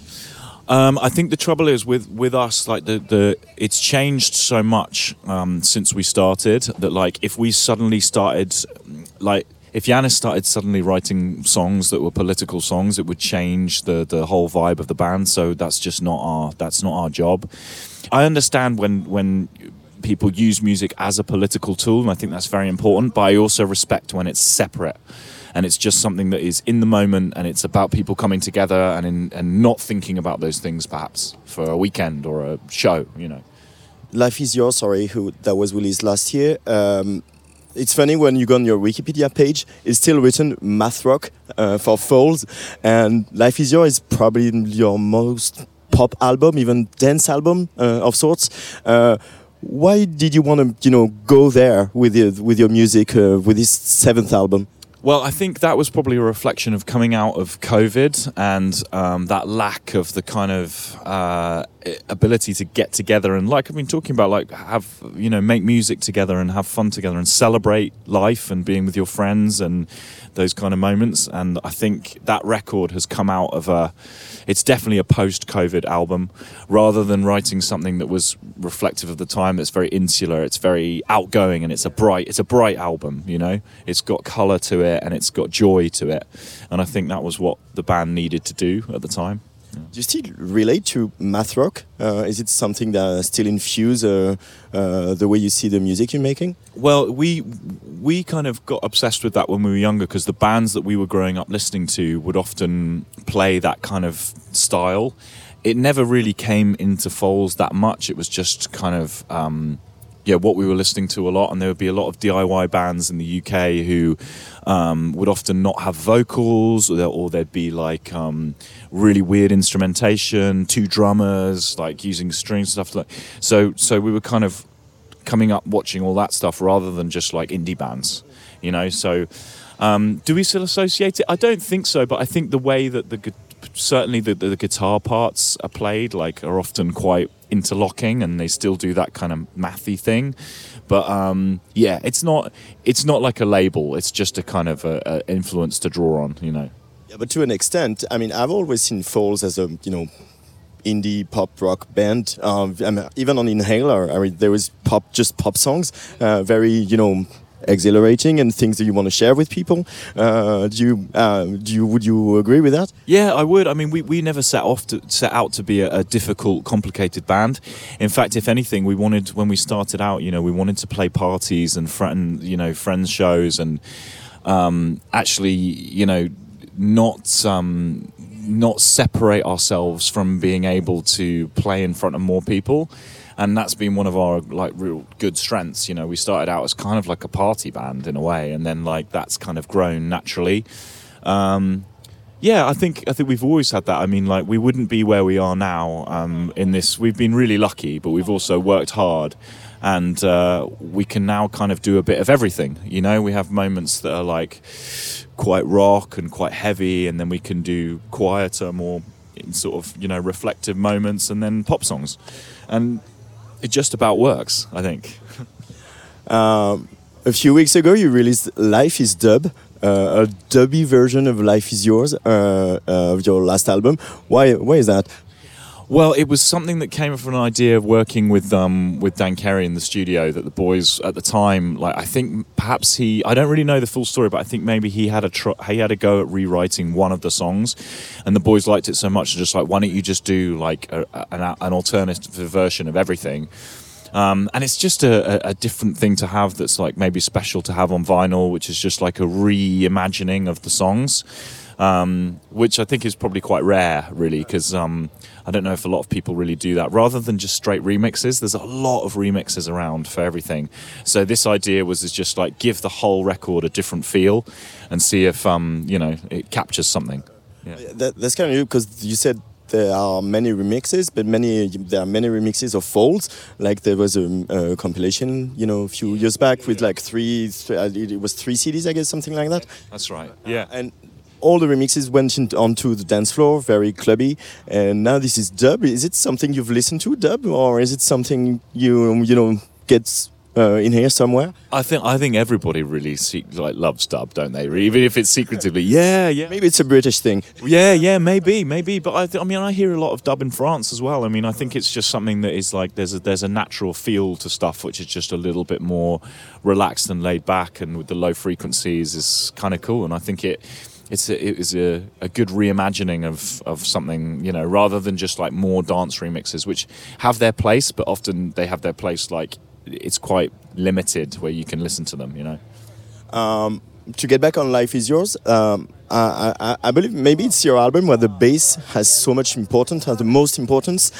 I think the trouble is with us, like it's changed so much since we started that like if we suddenly started, like if Yannis started suddenly writing songs that were political songs, it would change the whole vibe of the band. So that's just not our job. I understand when people use music as a political tool, and I think that's very important. But I also respect when it's separate. And it's just something that is in the moment, and it's about people coming together and not thinking about those things perhaps for a weekend or a show, Life Is Yours, that was released last year. It's funny when you go on your Wikipedia page, it's still written math rock for Foals, and Life Is Yours is probably your most pop album, even dance album of sorts. Why did you want to, go there with your music with this 7th album? Well, I think that was probably a reflection of coming out of COVID and that lack of the kind of ability to get together and, like I've been talking about, like make music together and have fun together and celebrate life and being with your friends and those kind of moments. And I think that record has come out of it's definitely a post-COVID album, rather than writing something that was reflective of the time. That's very insular, it's very outgoing, and it's a bright album. It's got colour to it and it's got joy to it, and I think that was what the band needed to do at the time. Do you still relate to math rock? Is it something that still infuse the way you see the music you're making? Well, we kind of got obsessed with that when we were younger, because the bands that we were growing up listening to would often play that kind of style. It never really came into Foals that much. It was just kind of what we were listening to a lot, and there would be a lot of DIY bands in the UK who would often not have vocals, or there'd be like really weird instrumentation, 2 drummers, like using strings and stuff. So we were kind of coming up watching all that stuff rather than just like indie bands, So do we still associate it? I don't think so, but I think the way that certainly the guitar parts are played are often quite interlocking, and they still do that kind of mathy thing. But it's not like a label. It's just a kind of a influence to draw on, Yeah, but to an extent, I mean, I've always seen Foals as a indie pop rock band. Even on Inhaler, there was pop songs, very exhilarating and things that you want to share with people. Would you agree with that? Yeah, I would. I mean, we never set out to be a difficult, complicated band. In fact, if anything, when we started out, we wanted to play parties and friends shows, and actually, not separate ourselves from being able to play in front of more people. And that's been one of our real good strengths. We started out as kind of like a party band in a way, and then that's kind of grown naturally. I think we've always had that. I mean, we wouldn't be where we are now in this. We've been really lucky, but we've also worked hard, and we can now kind of do a bit of everything. We have moments that are quite rock and quite heavy, and then we can do quieter, more sort of reflective moments, and then pop songs, and it just about works, I think. A few weeks ago, you released Life Is Dub. a dubby version of "Life Is Yours" of your last album. Why is that? Well, it was something that came from an idea of working with Dan Carey in the studio. That the boys at the time, like I think perhaps I don't really know the full story, but I think maybe he had a go at rewriting one of the songs, and the boys liked it so much, just like, why don't you just do like an alternative version of everything? And it's just a different thing to have that's like maybe special to have on vinyl, which is just like a reimagining of the songs. Which I think is probably quite rare, really, because I don't know if a lot of people really do that. Rather than just straight remixes, there's a lot of remixes around for everything. So this idea was just like give the whole record a different feel and see if it captures something. Yeah. That's kind of new, because you said there are many remixes, but there are many remixes of folds. Like there was a compilation, a few years back with like it was 3 CDs, I guess, something like that. That's right. Yeah. And all the remixes went onto the dance floor, very clubby. And now this is dub. Is it something you've listened to, dub, or is it something gets in here somewhere? I think everybody really loves dub, don't they? Even if it's secretively. Yeah. Maybe it's a British thing. Yeah, maybe. But I hear a lot of dub in France as well. I mean, I think it's just something that is like there's a natural feel to stuff which is just a little bit more relaxed and laid back, and with the low frequencies is kind of cool. And I think it was a good reimagining of something, rather than just like more dance remixes, which have their place, but often they have their place like it's quite limited where you can listen to them, To get back on "Life Is Yours," I believe maybe it's your album where the bass has so much importance, has the most importance.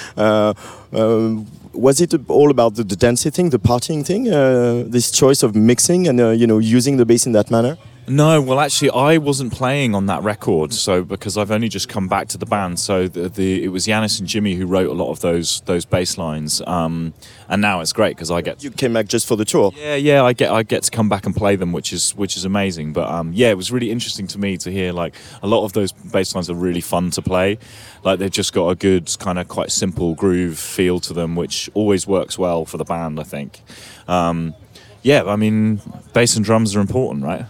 Was it all about the dancing thing, the partying thing, this choice of mixing and using the bass in that manner? No, well, actually, I wasn't playing on that record, so because I've only just come back to the band. So it was Yanis and Jimmy who wrote a lot of those bass lines, and now it's great because I get. You came back just for the tour. Yeah, I get to come back and play them, which is amazing. But it was really interesting to me to hear like a lot of those bass lines are really fun to play. Like they've just got a good kind of quite simple groove feel to them, which always works well for the band, I think. Bass and drums are important, right?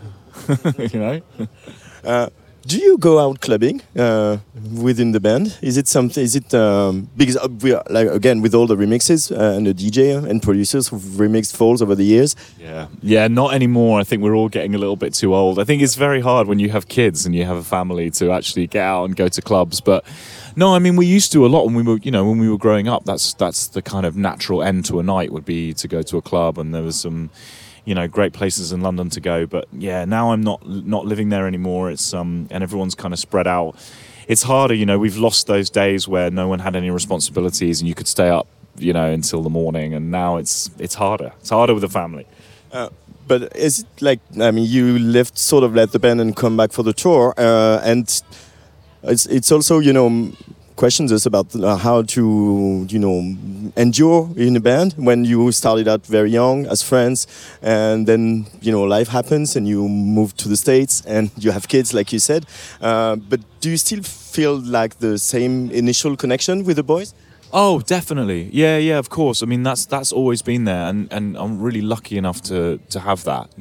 Do you go out clubbing within the band? Is it something? Because we are, like, again, with all the remixes and the DJ and producers who've remixed Falls over the years? Yeah, not anymore. I think we're all getting a little bit too old. I think it's very hard when you have kids and you have a family to actually get out and go to clubs. But no, I mean, we used to a lot when we were growing up. That's the kind of natural end to a night would be to go to a club, and there was some great places in London to go. But yeah, now I'm not living there anymore. It's and everyone's kind of spread out. It's harder, we've lost those days where no one had any responsibilities and you could stay up, until the morning. And now it's harder. It's harder with a family. But is it like, you left the band and come back for the tour, and it's also, questions us about how to, endure in a band when you started out very young as friends, and then, life happens and you move to the States and you have kids, like you said. But do you still feel like the same initial connection with the boys? Oh, definitely. Yeah, of course. I mean, that's always been there, and I'm really lucky enough to have that,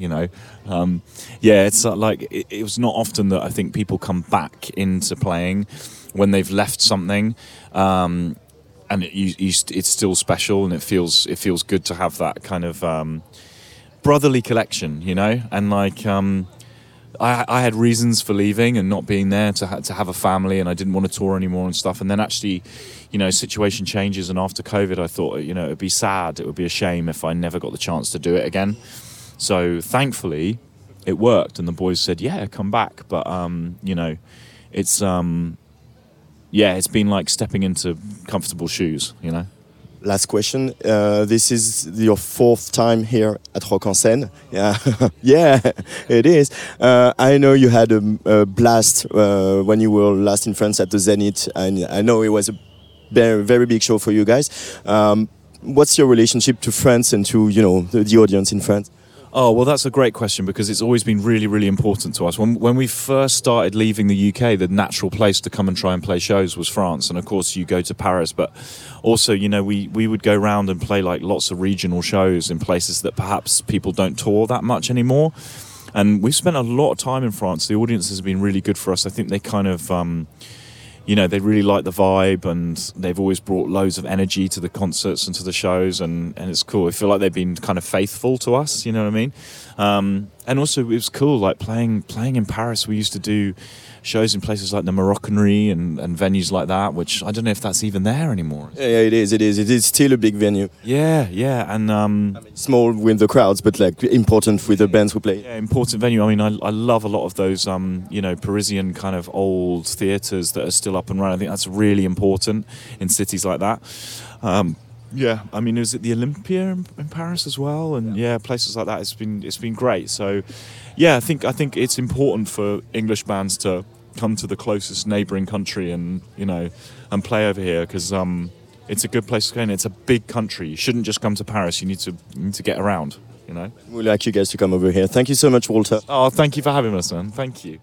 it's like it was not often that I think people come back into playing when they've left something, and it's still special, and it feels good to have that kind of brotherly collection, and like I had reasons for leaving and not being there to have a family, and I didn't want to tour anymore and stuff. And then actually, situation changes, and after COVID, I thought, it'd be sad, it would be a shame if I never got the chance to do it again. So thankfully, it worked, and the boys said, "Yeah, come back." But it's it's been like stepping into comfortable shoes, Last question. This is your 4th time here at Rock en Seine. Yeah, yeah, it is. I know you had a blast when you were last in France at the Zénith, and I know it was a very, very big show for you guys. What's your relationship to France and to the audience in France? Oh, well, that's a great question, because it's always been really, really important to us. When we first started leaving the UK, the natural place to come and try and play shows was France. And of course, you go to Paris, but also, we would go around and play like lots of regional shows in places that perhaps people don't tour that much anymore. And we've spent a lot of time in France. The audiences have been really good for us. I think they kind of, they really like the vibe, and they've always brought loads of energy to the concerts and to the shows, and it's cool. I feel like they've been kind of faithful to us, you know what I mean? And also it was cool, like playing in Paris. We used to do shows in places like the Moroccanerie and venues like that, which I don't know if that's even there anymore. Yeah, it is. It is still a big venue. Yeah, and Small with the crowds, but like important with the bands who play. yeah, important venue. I mean, I love a lot of those, Parisian kind of old theatres that are still up and running. I think that's really important in cities like that. Yeah, I mean, was it the Olympia in Paris as well? And yeah, places like that. It's been great. So, yeah, I think it's important for English bands to come to the closest neighbouring country and and play over here, because it's a good place to go. And it's a big country. You shouldn't just come to Paris. You need to get around. We'd like you guys to come over here. Thank you so much, Walter. Oh, thank you for having us, man. Thank you.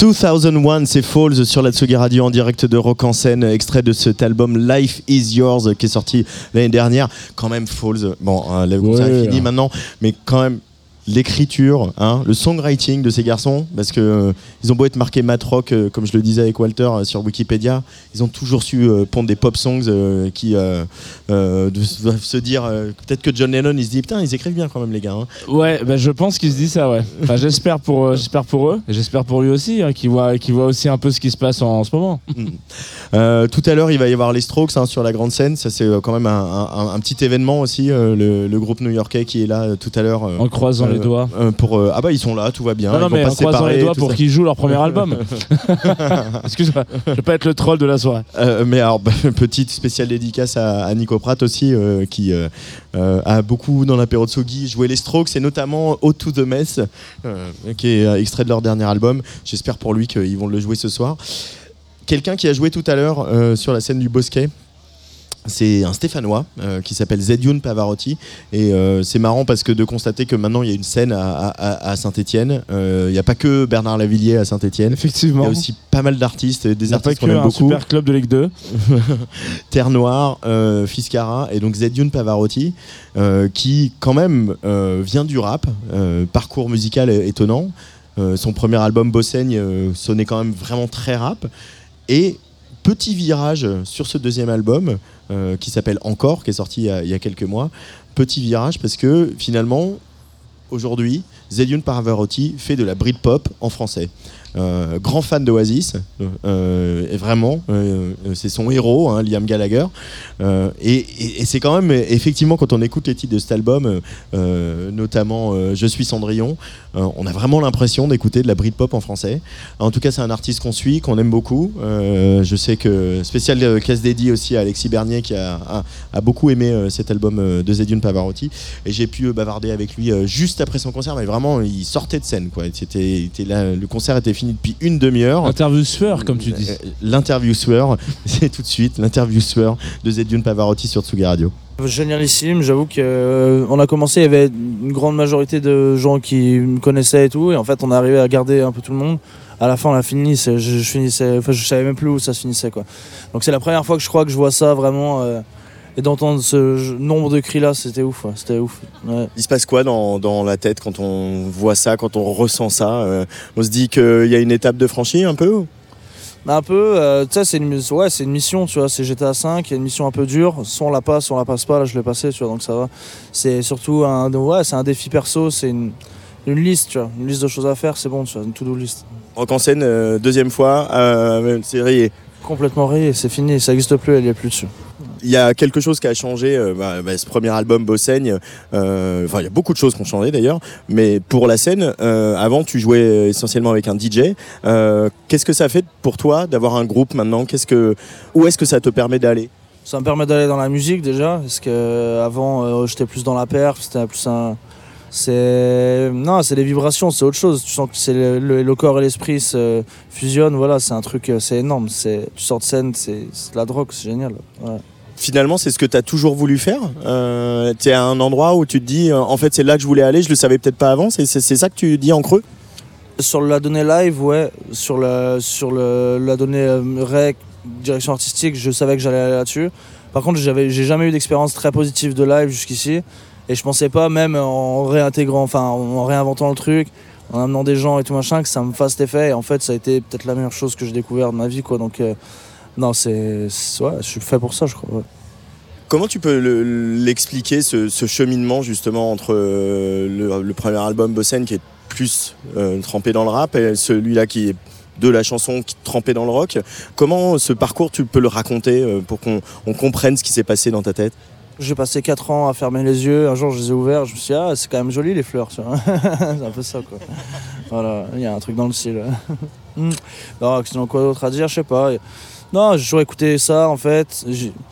2001, c'est Falls sur la Tsugi Radio en direct de Rock en scène, extrait de cet album Life is Yours qui est sorti l'année dernière. Quand même Falls, bon, le concert est fini maintenant, mais quand même l'écriture, le songwriting de ces garçons, parce que ils ont beau être marqués mat rock, comme je le disais avec Walter sur Wikipédia, ils ont toujours su pondre des pop songs qui doivent se dire peut-être que John Lennon il se dit putain ils écrivent bien quand même les gars. Ouais, je pense qu'il se dit ça, ouais. Enfin, j'espère pour eux et j'espère pour lui aussi, qui voit aussi un peu ce qui se passe en ce moment. Tout à l'heure il va y avoir les Strokes sur la grande scène, ça c'est quand même un petit événement aussi, le groupe new-yorkais qui est là tout à l'heure. En croisant les doigts. Ils sont là, tout va bien. Non, ils mais vont en pas croisant séparer, les doigts pour qu'ils jouent leur premier album. Excuse-moi, je vais pas être le troll de la soirée. Mais alors, petite spéciale dédicace à Nico Pratt aussi, qui a beaucoup dans l'apéro de Tsugi joué les Strokes et notamment Ode to the Mess, qui est extrait de leur dernier album. J'espère pour lui qu'ils vont le jouer ce soir. Quelqu'un qui a joué tout à l'heure sur la scène du Bosquet, c'est un Stéphanois qui s'appelle Zedioun Pavarotti et c'est marrant parce que de constater que maintenant il y a une scène à Saint-Étienne, il n'y a pas que Bernard Lavilliers à Saint-Étienne, effectivement. Il y a aussi pas mal d'artistes, des artistes qu'on aime un beaucoup. Super club de Ligue 2. Terre Noire, Fiscara et donc Zedioun Pavarotti qui quand même vient du rap, parcours musical étonnant, son premier album Bossaigne sonnait quand même vraiment très rap et petit virage sur ce deuxième album qui s'appelle Encore, qui est sorti il y a quelques mois. Petit virage parce que finalement, aujourd'hui, Zedioun Pavarotti fait de la Britpop en français. Grand fan d'Oasis, et vraiment, c'est son héros, Liam Gallagher. Et c'est quand même, effectivement, quand on écoute les titres de cet album, notamment Je suis Cendrillon, on a vraiment l'impression d'écouter de la Britpop en français. En tout cas, c'est un artiste qu'on suit, qu'on aime beaucoup. Je sais que spécial casse dédié aussi à Alexis Bernier qui a beaucoup aimé cet album de Zedioun Pavarotti. Et j'ai pu bavarder avec lui juste après son concert, mais vraiment, il sortait de scène, quoi. C'était là, le concert était fini depuis une demi-heure. Interview sueur, comme tu dis. L'interview sueur, c'est tout de suite l'interview sueur de Zedioun Pavarotti sur Tsugi Radio. Génialissime, j'avoue qu'on a commencé, il y avait une grande majorité de gens qui me connaissaient et tout, et en fait on est arrivé à garder un peu tout le monde. À la fin on a fini, je savais même plus où ça se finissait, quoi. Donc c'est la première fois que je crois que je vois ça vraiment. Et d'entendre ce nombre de cris là, c'était ouf, ouais, c'était ouf. Ouais. Il se passe quoi dans la tête quand on voit ça, quand on ressent ça On se dit qu'il y a une étape de franchie un peu Un peu, tu sais, c'est une mission, tu vois, c'est GTA 5, il y a une mission un peu dure, soit on la passe pas, là je l'ai passé, tu vois, donc ça va. C'est surtout c'est un défi perso, c'est une liste, tu vois, une liste de choses à faire, c'est bon, tu vois, une to-do list. Rock en scène, deuxième fois, c'est rayé. Complètement rayé, c'est fini, ça n'existe plus, elle n'y est plus dessus. Il y a quelque chose qui a changé, ce premier album Bossaigne, il y a beaucoup de choses qui ont changé d'ailleurs, mais pour la scène, avant tu jouais essentiellement avec un DJ. Qu'est-ce que ça fait pour toi d'avoir un groupe maintenant ? Où est-ce que ça te permet d'aller ? Ça me permet d'aller dans la musique déjà, parce qu'avant j'étais plus dans la perf, c'était plus un... c'est les vibrations, c'est autre chose. Tu sens que c'est le corps et l'esprit se fusionnent, voilà, c'est un truc, c'est énorme. Tu sors de scène, c'est de la drogue, c'est génial. Ouais. Finalement, c'est ce que tu as toujours voulu faire. Tu es à un endroit où tu te dis, en fait, c'est là que je voulais aller, je le savais peut-être pas avant. C'est ça que tu dis en creux ? Sur la donnée live, ouais. Sur la donnée rec, direction artistique, je savais que j'allais aller là-dessus. Par contre, j'ai jamais eu d'expérience très positive de live jusqu'ici. Et je pensais pas, même en réinventant le truc, en amenant des gens et tout machin, que ça me fasse cet effet. Et en fait, ça a été peut-être la meilleure chose que j'ai découvert de ma vie, quoi. Donc, non, je suis fait pour ça, je crois. Ouais. Comment tu peux l'expliquer, ce cheminement justement entre le premier album Bossaigne qui est plus trempé dans le rap et celui-là qui est de la chanson qui trempé dans le rock. Comment ce parcours tu peux le raconter pour qu'on comprenne ce qui s'est passé dans ta tête ? J'ai passé 4 ans à fermer les yeux. Un jour, je les ai ouverts. Je me suis dit, c'est quand même joli les fleurs, tu vois. C'est un peu ça, quoi. Voilà, il y a un truc dans le style. Non, sinon, quoi d'autre à dire, je sais pas. Non, j'ai toujours écouté ça, en fait.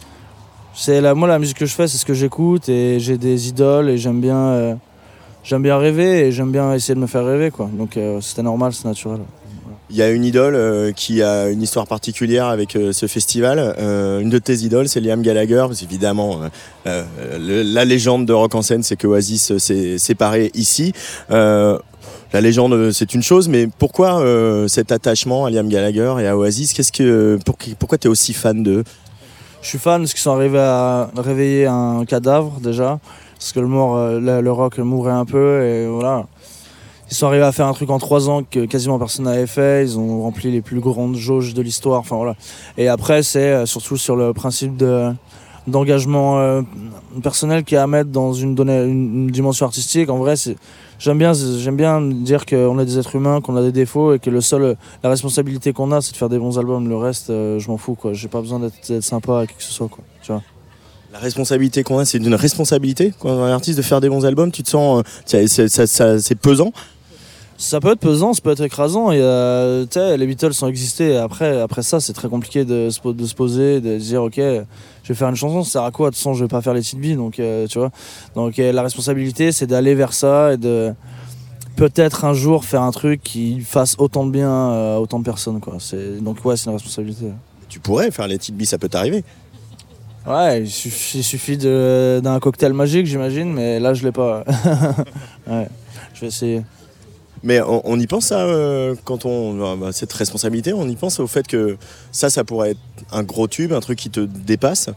Moi, la musique que je fais, c'est ce que j'écoute. Et j'ai des idoles et j'aime bien rêver et j'aime bien essayer de me faire rêver, quoi. Donc, c'était normal, c'est naturel. Il y a une idole qui a une histoire particulière avec ce festival. Une de tes idoles, c'est Liam Gallagher. Parce évidemment, la légende de Rock en scène, c'est que Oasis s'est séparé ici. la légende, c'est une chose, mais pourquoi cet attachement à Liam Gallagher et à Oasis? Pourquoi tu es aussi fan d'eux? Je suis fan parce qu'ils sont arrivés à réveiller un cadavre déjà, parce que le rock mourait un peu et voilà. Ils sont arrivés à faire un truc en 3 ans que quasiment personne n'avait fait. Ils ont rempli les plus grandes jauges de l'histoire. Enfin voilà. Et après, c'est surtout sur le principe d'engagement personnel qu'il y a à mettre dans une dimension artistique. En vrai, j'aime bien dire qu'on est des êtres humains, qu'on a des défauts et que la responsabilité qu'on a, c'est de faire des bons albums. Le reste, je m'en fous, quoi. J'ai pas besoin d'être sympa à qui que ce soit, quoi. Tu vois. La responsabilité qu'on a, c'est une responsabilité quand on est un artiste de faire des bons albums. Tu te sens, c'est pesant. Ça peut être pesant, ça peut être écrasant. Les Beatles ont existé. Après ça, c'est très compliqué de se poser, de se dire ok, je vais faire une chanson, ça sert à quoi? De toute façon, je vais pas faire les petites billes. Donc, tu vois. Donc, la responsabilité, c'est d'aller vers ça et de peut-être un jour faire un truc qui fasse autant de bien à autant de personnes, quoi. Donc, ouais, c'est une responsabilité. Tu pourrais faire les petites billes, ça peut t'arriver. Ouais, il suffit d'un cocktail magique, j'imagine, mais là, je l'ai pas. Ouais, je vais essayer. Mais on y pense ça quand cette responsabilité, on y pense au fait que ça pourrait être un gros tube, un truc qui te dépasse.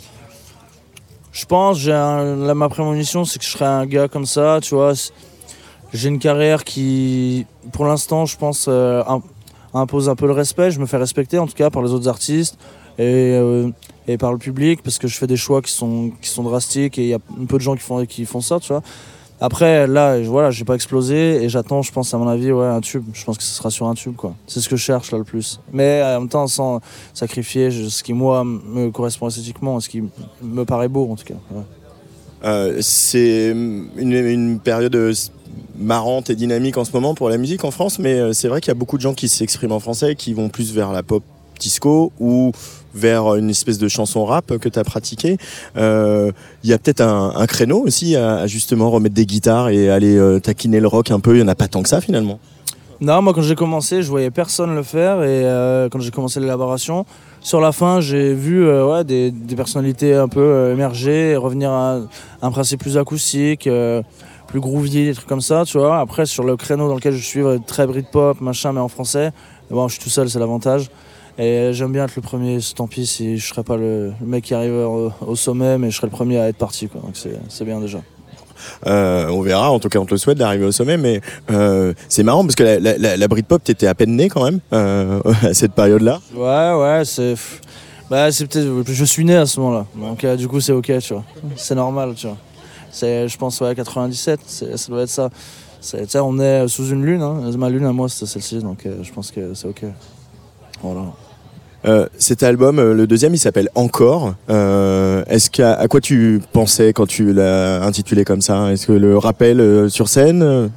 Je pense, ma prémonition, c'est que je serais un gars comme ça, tu vois. J'ai une carrière qui, pour l'instant, je pense, impose un peu le respect. Je me fais respecter, en tout cas, par les autres artistes et par le public, parce que je fais des choix qui sont drastiques et il y a un peu de gens qui font ça, tu vois. Après, là, voilà, j'ai pas explosé et j'attends, je pense, à mon avis, ouais, un tube. Je pense que ce sera sur un tube, quoi. C'est ce que je cherche, là, le plus. Mais en même temps, sans sacrifier ce qui, moi, me correspond esthétiquement, ce qui me paraît beau, en tout cas. Ouais. C'est une période marrante et dynamique en ce moment pour la musique en France, mais c'est vrai qu'il y a beaucoup de gens qui s'expriment en français, qui vont plus vers la pop disco ou vers une espèce de chanson rap que tu as pratiqué. Il y a peut-être un créneau aussi à justement remettre des guitares et aller taquiner le rock un peu. Il n'y en a pas tant que ça finalement. Non, moi quand j'ai commencé, je voyais personne le faire et quand j'ai commencé l'élaboration, sur la fin, j'ai vu des personnalités un peu émerger et revenir à un principe plus acoustique, plus groovy, des trucs comme ça, tu vois. Après, sur le créneau dans lequel je suis, très Britpop, machin, mais en français, bon, je suis tout seul, c'est l'avantage. Et j'aime bien être le premier, tant pis si je serais pas le mec qui arrive au sommet, mais je serais le premier à être parti, quoi. Donc c'est bien déjà. On verra, en tout cas on te le souhaite d'arriver au sommet, mais c'est marrant parce que la Britpop, t'étais à peine né quand même à cette période-là. Ouais, c'est peut-être, je suis né à ce moment-là, donc du coup c'est ok, tu vois, c'est normal, tu vois. Je pense 97, ça doit être ça. On est sous une lune, hein. Ma lune à moi c'est celle-ci, donc je pense que c'est ok. Voilà. Cet album, le deuxième, il s'appelle Encore. À quoi tu pensais quand tu l'as intitulé comme ça? Est-ce que le rappel sur scène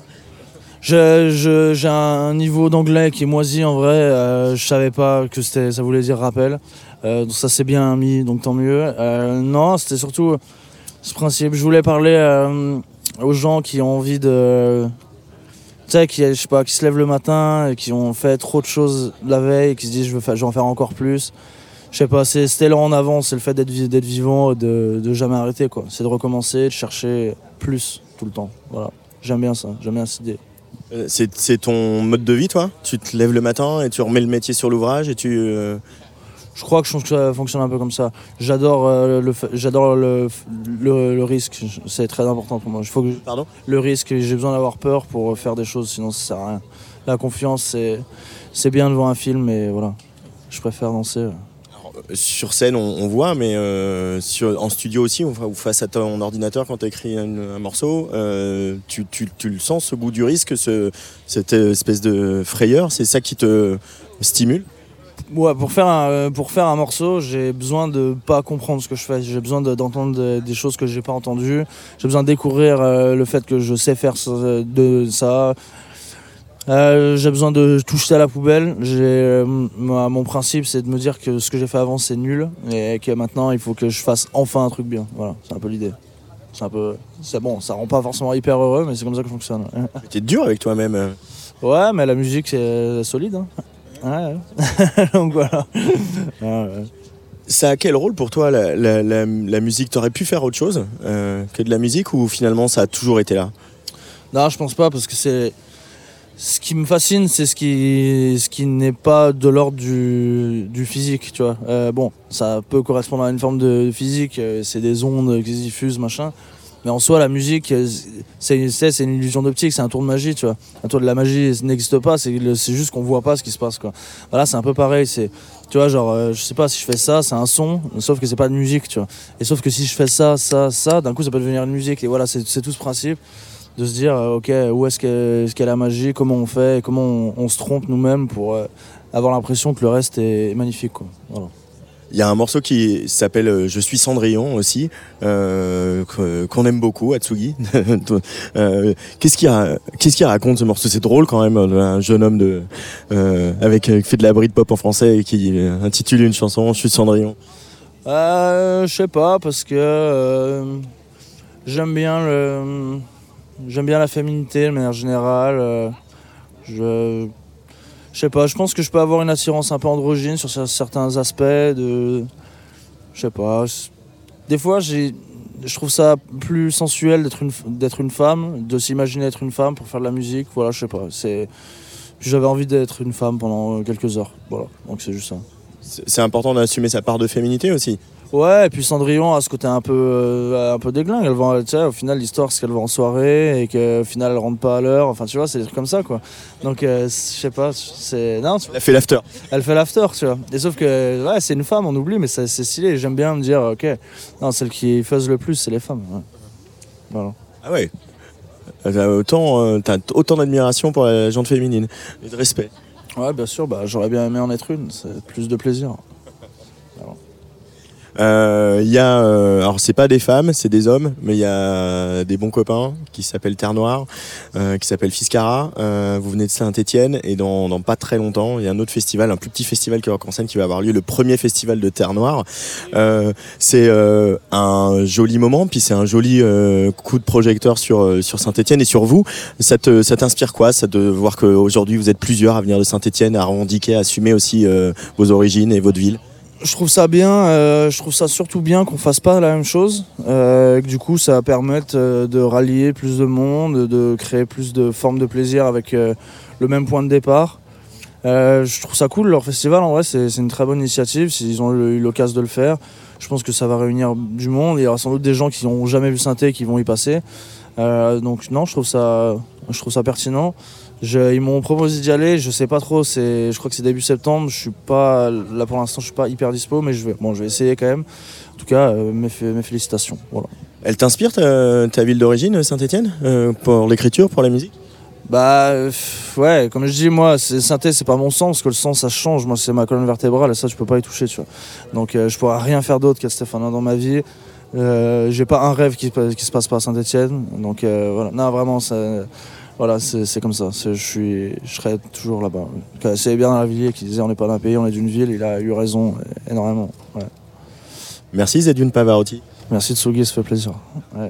J'ai un niveau d'anglais qui est moisi en vrai. Je savais pas que ça voulait dire rappel. Donc ça s'est bien mis, donc tant mieux. Non, c'était surtout ce principe. Je voulais parler aux gens qui ont envie de... Tu sais, qui se lèvent le matin et qui ont fait trop de choses la veille et qui se disent je vais en faire encore plus. Je sais pas, c'était là en avant, c'est le fait d'être vivant, de jamais arrêter, quoi. C'est de recommencer, de chercher plus tout le temps. Voilà. J'aime bien ça, j'aime bien cette idée. C'est ton mode de vie, toi? Tu te lèves le matin et tu remets le métier sur l'ouvrage et tu... Je crois que ça fonctionne un peu comme ça. J'adore le risque, c'est très important pour moi. Pardon ? Le risque, j'ai besoin d'avoir peur pour faire des choses, sinon ça sert à rien. La confiance, c'est bien devant un film, mais voilà, je préfère danser. Alors, sur scène, on voit, mais en studio aussi, ou face à ton ordinateur, quand tu écris un morceau, tu le sens, ce goût du risque, cette espèce de frayeur, c'est ça qui te stimule ? Ouais, pour faire un morceau, j'ai besoin de pas comprendre ce que je fais. J'ai besoin d'entendre des choses que j'ai pas entendues. J'ai besoin de découvrir le fait que je sais faire de ça. J'ai besoin de tout jeter à la poubelle. Mon principe, c'est de me dire que ce que j'ai fait avant, c'est nul et que maintenant, il faut que je fasse enfin un truc bien. Voilà, c'est un peu l'idée. C'est bon, ça rend pas forcément hyper heureux, mais c'est comme ça que je fonctionne. T'es dur avec toi-même. Ouais, mais la musique, c'est solide. Hein. Ouais. Donc voilà. Ouais. Ça a quel rôle pour toi la musique? T'aurais pu faire autre chose que de la musique ou finalement ça a toujours été là? Non, je pense pas parce que ce qui me fascine, c'est ce qui n'est pas de l'ordre du physique, tu vois. Bon, ça peut correspondre à une forme de physique, c'est des ondes qui se diffusent, machin. Mais en soi, la musique, c'est une illusion d'optique, c'est un tour de magie, tu vois. Un tour de la magie n'existe pas, c'est juste qu'on voit pas ce qui se passe, quoi. Voilà, c'est un peu pareil, tu vois, genre, je sais pas, si je fais ça, c'est un son, sauf que c'est pas de musique, tu vois. Et sauf que si je fais ça, d'un coup, ça peut devenir une musique. Et voilà, c'est tout ce principe de se dire, ok, où est-ce qu'est la magie, comment on fait, comment on se trompe nous-mêmes pour avoir l'impression que le reste est magnifique, quoi. Voilà. Il y a un morceau qui s'appelle Je suis Cendrillon aussi, qu'on aime beaucoup, Atsugi. Qu'est-ce qu'il raconte ce morceau? C'est drôle quand même, un jeune homme qui fait de la Britpop en français et qui intitule une chanson Je suis Cendrillon. Je sais pas, parce que j'aime bien la féminité de manière générale. Je sais pas, je pense que je peux avoir une attirance un peu androgyne sur certains aspects je sais pas. Des fois, je trouve ça plus sensuel d'être une femme, de s'imaginer être une femme pour faire de la musique. Voilà, je sais pas. J'avais envie d'être une femme pendant quelques heures. Voilà, donc c'est juste ça. C'est important d'assumer sa part de féminité aussi. Ouais, et puis Cendrillon a ce côté un peu déglingue. Au final, l'histoire, c'est qu'elle va en soirée et qu'au final, elle rentre pas à l'heure. Enfin, tu vois, c'est des trucs comme ça, quoi. Donc, je sais pas, non, Elle fait l'after. Elle fait l'after, tu vois. Et sauf que, ouais, c'est une femme, on oublie, mais c'est stylé. J'aime bien me dire, ok, non, celles qui faisent le plus, c'est les femmes. Ouais. Voilà. Ah ouais. T'as autant d'admiration pour la gente féminine et de respect. Ouais, bien sûr, j'aurais bien aimé en être une. C'est plus de plaisir. Voilà. Alors c'est pas des femmes, c'est des hommes, mais il y a des bons copains qui s'appellent Terre Noire, qui s'appellent Fiscara. Vous venez de Saint-Étienne et dans pas très longtemps, il y a un autre festival, un plus petit festival qui Rock en Seine qui va avoir lieu, le premier festival de Terre Noire. C'est un joli moment, puis c'est un joli coup de projecteur sur Saint-Étienne et sur vous. Ça t'inspire quoi, ça, de voir qu'aujourd'hui vous êtes plusieurs à venir de Saint-Étienne, à revendiquer, à assumer aussi vos origines et votre ville? Je trouve ça bien, je trouve ça surtout bien qu'on fasse pas la même chose, que du coup ça va permettre de rallier plus de monde, de créer plus de formes de plaisir avec le même point de départ. Je trouve ça cool, leur festival en vrai c'est une très bonne initiative, s'ils ont eu l'occasion de le faire. Je pense que ça va réunir du monde, il y aura sans doute des gens qui n'ont jamais vu Saint-Étienne qui vont y passer. Donc non, je trouve ça pertinent. Ils m'ont proposé d'y aller, je sais pas trop, je crois que c'est début septembre, je suis pas là pour l'instant, je suis pas hyper dispo, mais je vais essayer quand même. En tout cas, mes félicitations. Voilà. Elle t'inspire ta ville d'origine, Saint-Étienne, pour l'écriture, pour la musique? Ouais, comme je dis, moi, Saint-Étienne, c'est pas mon sang, parce que le sang ça change. Moi, c'est ma colonne vertébrale et ça, je peux pas y toucher, tu vois. Donc, je pourrais rien faire d'autre qu'à Stéphane dans ma vie. J'ai pas un rêve qui se passe pas à Saint-Étienne. Donc, voilà. Non, vraiment, voilà, c'est comme ça. Je serai toujours là-bas. C'est bien dans la Villiers qui disait on n'est pas d'un pays, on est d'une ville. Il a eu raison énormément. Ouais. Merci Zedune Pavarotti. Merci Tsugi, ça fait plaisir. Ouais.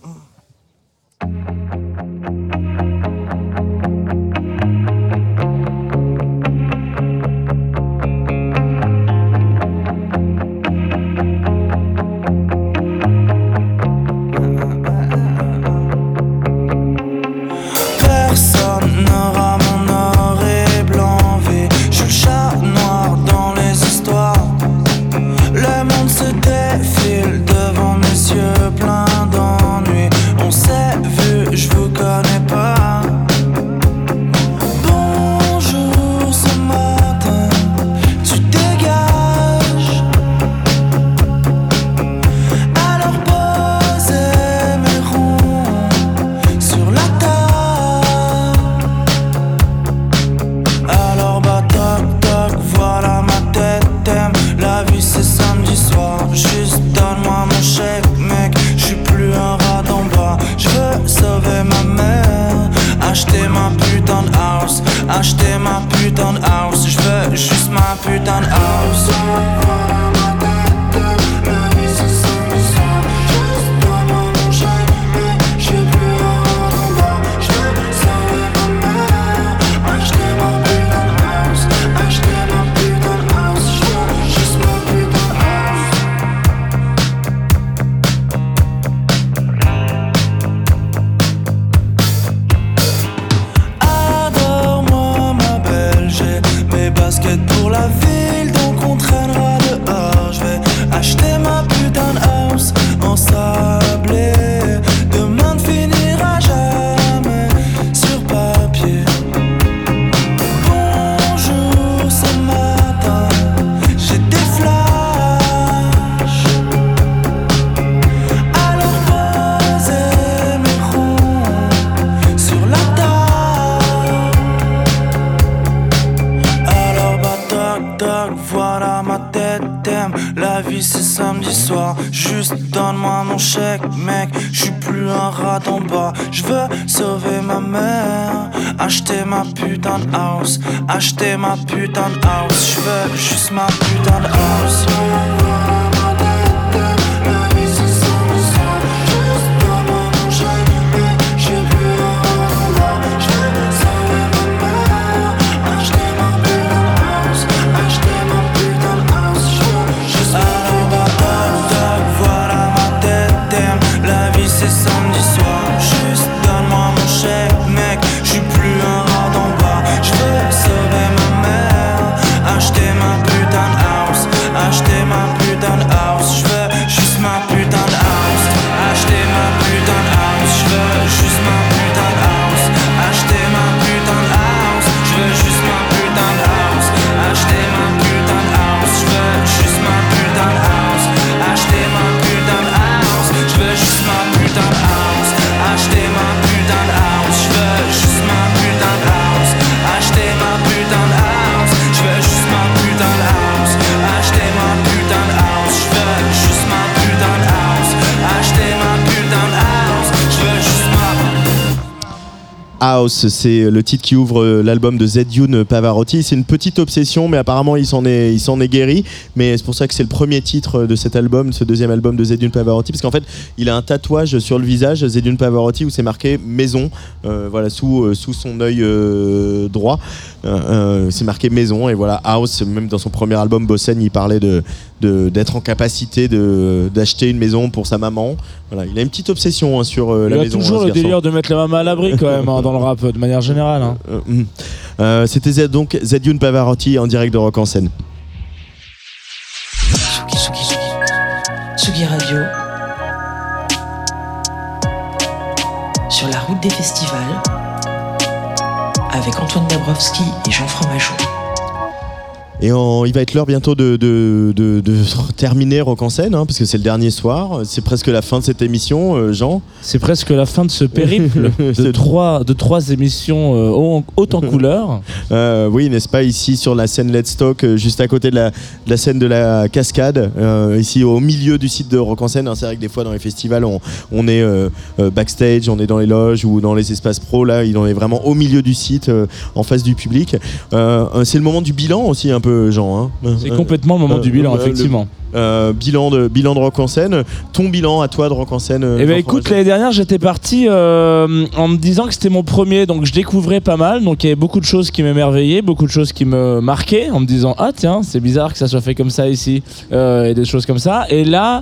Acheter ma putain de house, je veux juste ma putain de house. Adore soir. Juste donne-moi mon chèque, mec. J'suis plus un rat en bas. J'veux sauver ma mère. Acheter ma putain de house. Acheter ma putain de house. J'veux juste ma putain de house. House, c'est le titre qui ouvre l'album de Zedune Pavarotti. C'est une petite obsession, mais apparemment il s'en est guéri. Mais c'est pour ça que c'est le premier titre de cet album, ce deuxième album de Zedune Pavarotti, parce qu'en fait il a un tatouage sur le visage, Zedune Pavarotti, où c'est marqué maison, voilà, sous son œil droit. C'est marqué maison, et voilà, House. Même dans son premier album Bossen, il parlait d'être en capacité d'acheter une maison pour sa maman. Voilà, il a une petite obsession sur la maison. Il a toujours le délire de mettre la maman à l'abri quand même dans le rap de manière générale. C'était donc Zedune Pavarotti en direct de Rock en scène. Tsugi Radio, sur la route des festivals, avec Antoine Dabrowski et Jean Fromageau. Et il va être l'heure bientôt de terminer Rock en scène, parce que c'est le dernier soir. C'est presque la fin de cette émission, Jean. C'est presque la fin de ce périple de trois émissions hautes en couleur. Oui, n'est-ce pas, ici sur la scène Let's Talk, juste à côté de la scène de la Cascade, ici au milieu du site de Rock en scène. C'est vrai que des fois dans les festivals, on est backstage, on est dans les loges ou dans les espaces pro. Là, il en est vraiment au milieu du site, en face du public. C'est le moment du bilan aussi, un peu, Jean. C'est complètement le moment du bilan, effectivement. Bilan de Rock en scène. Ton bilan à toi de Rock en scène. Eh ben écoute, l'année dernière j'étais parti en me disant que c'était mon premier, donc je découvrais pas mal, donc il y avait beaucoup de choses qui m'émerveillaient, beaucoup de choses qui me marquaient, en me disant ah tiens c'est bizarre que ça soit fait comme ça ici, et des choses comme ça. Et là,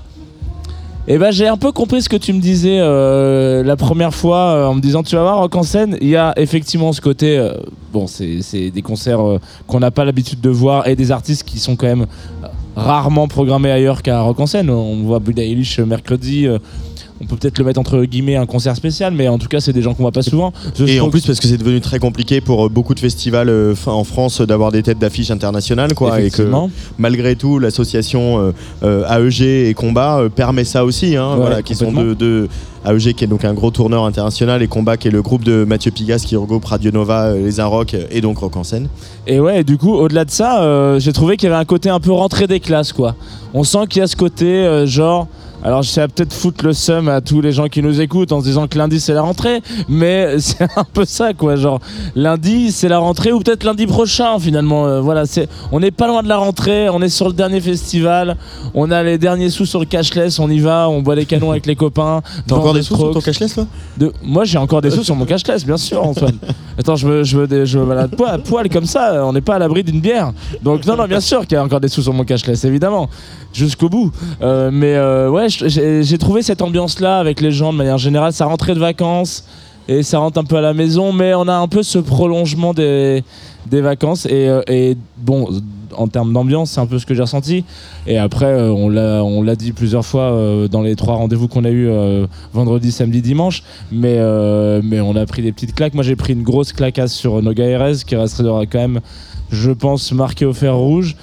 eh ben j'ai un peu compris ce que tu me disais la première fois, en me disant tu vas voir Rock en scène, il y a effectivement ce côté bon c'est des concerts qu'on n'a pas l'habitude de voir, et des artistes qui sont quand même rarement programmés ailleurs qu'à Rock en scène. On voit Billie Eilish mercredi, on peut peut-être le mettre entre guillemets un concert spécial, mais en tout cas c'est des gens qu'on voit pas souvent. Et en plus parce que c'est devenu très compliqué pour beaucoup de festivals en France d'avoir des têtes d'affiche internationales, quoi, et que malgré tout l'association AEG et Combat permet ça aussi, voilà, qui sont deux AEG qui est donc un gros tourneur international, et Combat qui est le groupe de Mathieu Pigas qui regroupe Radio Nova, Les Inrocks et donc Rock en scène. Et ouais, du coup au-delà de ça, j'ai trouvé qu'il y avait un côté un peu rentrée des classes, quoi. On sent qu'il y a ce côté genre, alors je sais peut-être foutre le seum à tous les gens qui nous écoutent en se disant que lundi c'est la rentrée, mais c'est un peu ça, quoi, genre lundi c'est la rentrée, ou peut-être lundi prochain finalement, voilà, on n'est pas loin de la rentrée, on est sur le dernier festival, on a les derniers sous sur le cashless, on y va, on boit des canons avec les copains. T'as encore des sous sur ton cashless, toi ? Moi j'ai encore des sous sur mon cashless, bien sûr, Antoine. Attends, je me balade poil comme ça, on n'est pas à l'abri d'une bière, donc non bien sûr qu'il y a encore des sous sur mon cashless, évidemment, jusqu'au bout, mais ouais, j'ai trouvé cette ambiance là avec les gens de manière générale. Ça rentrait de vacances et ça rentre un peu à la maison, mais on a un peu ce prolongement des vacances, et bon, en termes d'ambiance c'est un peu ce que j'ai ressenti. Et après on l'a dit plusieurs fois dans les 3 rendez-vous qu'on a eu vendredi, samedi, dimanche, mais on a pris des petites claques. Moi j'ai pris une grosse claquasse sur Noga Erez qui restera quand même, je pense, marqué au fer rouge.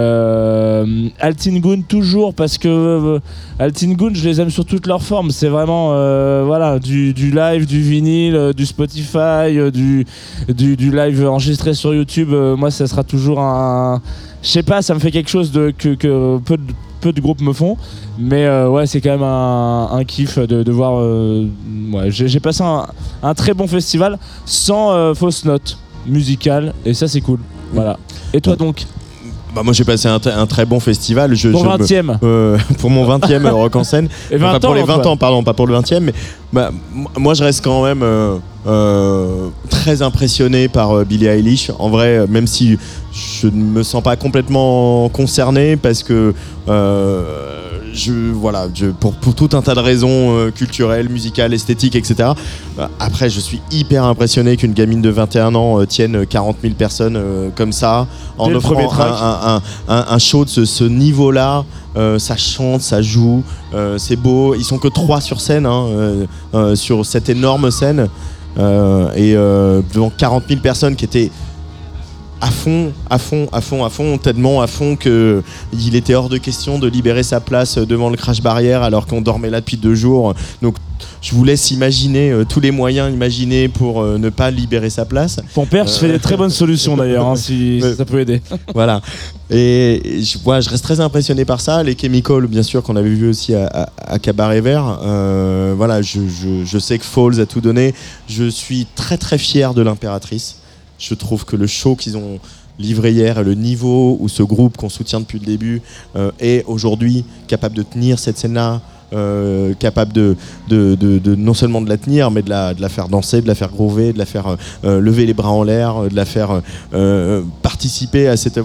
Ouais. Altingun toujours, parce que Altingun je les aime sur toutes leurs formes. C'est vraiment voilà, du live, du vinyle, du Spotify, du live enregistré sur YouTube. Moi ça sera toujours un... Je sais pas, ça me fait quelque chose que peu de groupes me font. Mais ouais, c'est quand même un kiff de voir. Ouais, j'ai passé un très bon festival sans fausse note musicale et ça c'est cool. Voilà. Et toi donc? Bah moi j'ai passé un très bon festival. Pour 20e. Pour mon 20e Rock en scène. Et 20 enfin, pour ans, les 20 toi. ans, pardon, pas pour le 20e. Mais bah, moi je reste quand même très impressionné par Billie Eilish. En vrai, même si je ne me sens pas complètement concerné parce que pour tout un tas de raisons culturelles, musicales, esthétiques, etc. Après, je suis hyper impressionné qu'une gamine de 21 ans tienne 40 000 personnes comme ça, en Dès le premier offrant track. un show de ce niveau-là. Ça chante, ça joue, c'est beau. Ils sont que 3 sur scène, sur cette énorme scène. Et devant 40 000 personnes qui étaient à fond, tellement à fond qu'il était hors de question de libérer sa place devant le crash barrière alors qu'on dormait là depuis 2 jours. Donc je vous laisse imaginer tous les moyens imaginés pour ne pas libérer sa place. Ton père se fait des très bonnes solutions d'ailleurs, si ça peut aider. Voilà. Et je reste très impressionné par ça. Les Chemicals, bien sûr, qu'on avait vu aussi à Cabaret Vert. Voilà, je sais que Falls a tout donné. Je suis très très fier de l'Impératrice. Je trouve que le show qu'ils ont livré hier et le niveau où ce groupe qu'on soutient depuis le début est aujourd'hui capable de tenir cette scène-là, capable de non seulement de la tenir, mais de la faire danser, de la faire groover, de la faire lever les bras en l'air, de la faire participer à cette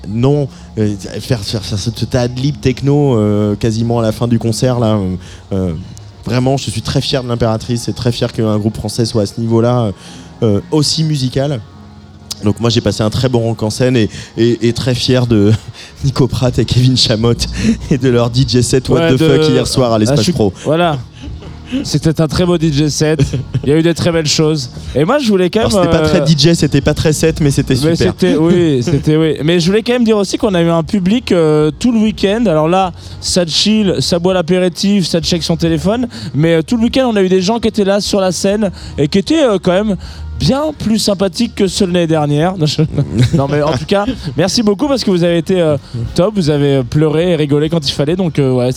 faire ce ad-lib techno quasiment à la fin du concert là. Vraiment, je suis très fier de l'Impératrice et très fier qu'un groupe français soit à ce niveau-là aussi musical. Donc moi j'ai passé un très bon rock en scène et très fier de Nico Pratt et Kevin Chamotte et de leur DJ set What the fuck hier soir à l'Espace Pro. Voilà. C'était un très beau DJ set. Il y a eu des très belles choses. Et moi, je voulais quand même. Alors, c'était pas très DJ, c'était pas très set, mais c'était super. Oui. Mais je voulais quand même dire aussi qu'on a eu un public tout le week-end. Alors là, ça chill, ça boit l'apéritif, ça check son téléphone. Mais tout le week-end, on a eu des gens qui étaient là sur la scène et qui étaient quand même bien plus sympathiques que ceux de l'année dernière. Non, mais en tout cas, merci beaucoup parce que vous avez été top. Vous avez pleuré et rigolé quand il fallait. Donc, ouais,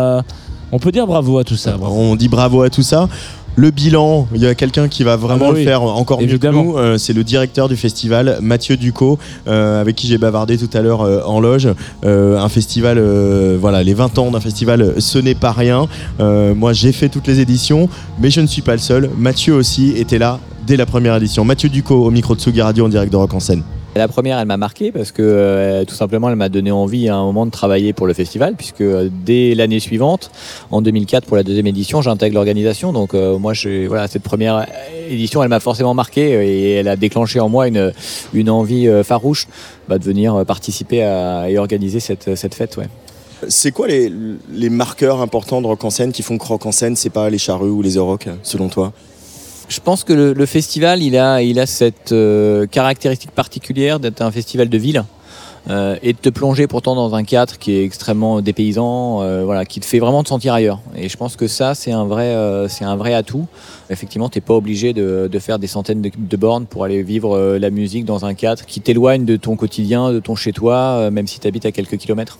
on peut dire bravo à tout ça. Bravo. On dit bravo à tout ça. Le bilan, il y a quelqu'un qui va vraiment le faire encore mieux que nous. C'est le directeur du festival, Mathieu Ducot, avec qui j'ai bavardé tout à l'heure en loge. Un festival, les 20 ans d'un festival, ce n'est pas rien. Moi, j'ai fait toutes les éditions, mais je ne suis pas le seul. Mathieu aussi était là dès la première édition. Mathieu Ducot au micro de Tsugi Radio en direct de Rock en scène. La première, elle m'a marqué parce que tout simplement, elle m'a donné envie à un moment de travailler pour le festival, puisque dès l'année suivante, en 2004, pour la 2e édition, j'intègre l'organisation. Donc moi, cette première édition, elle m'a forcément marqué et elle a déclenché en moi une envie farouche de venir participer et organiser cette fête. Ouais. C'est quoi les marqueurs importants de Rock en scène qui font que Rock en scène, c'est pas les charrues ou les Euroc, selon toi ? Je pense que le festival, il a cette caractéristique particulière d'être un festival de ville et de te plonger pourtant dans un cadre qui est extrêmement dépaysant, qui te fait vraiment te sentir ailleurs. Et je pense que ça, c'est un vrai atout. Effectivement, tu n'es pas obligé de faire des centaines de bornes pour aller vivre la musique dans un cadre qui t'éloigne de ton quotidien, de ton chez-toi, même si tu habites à quelques kilomètres.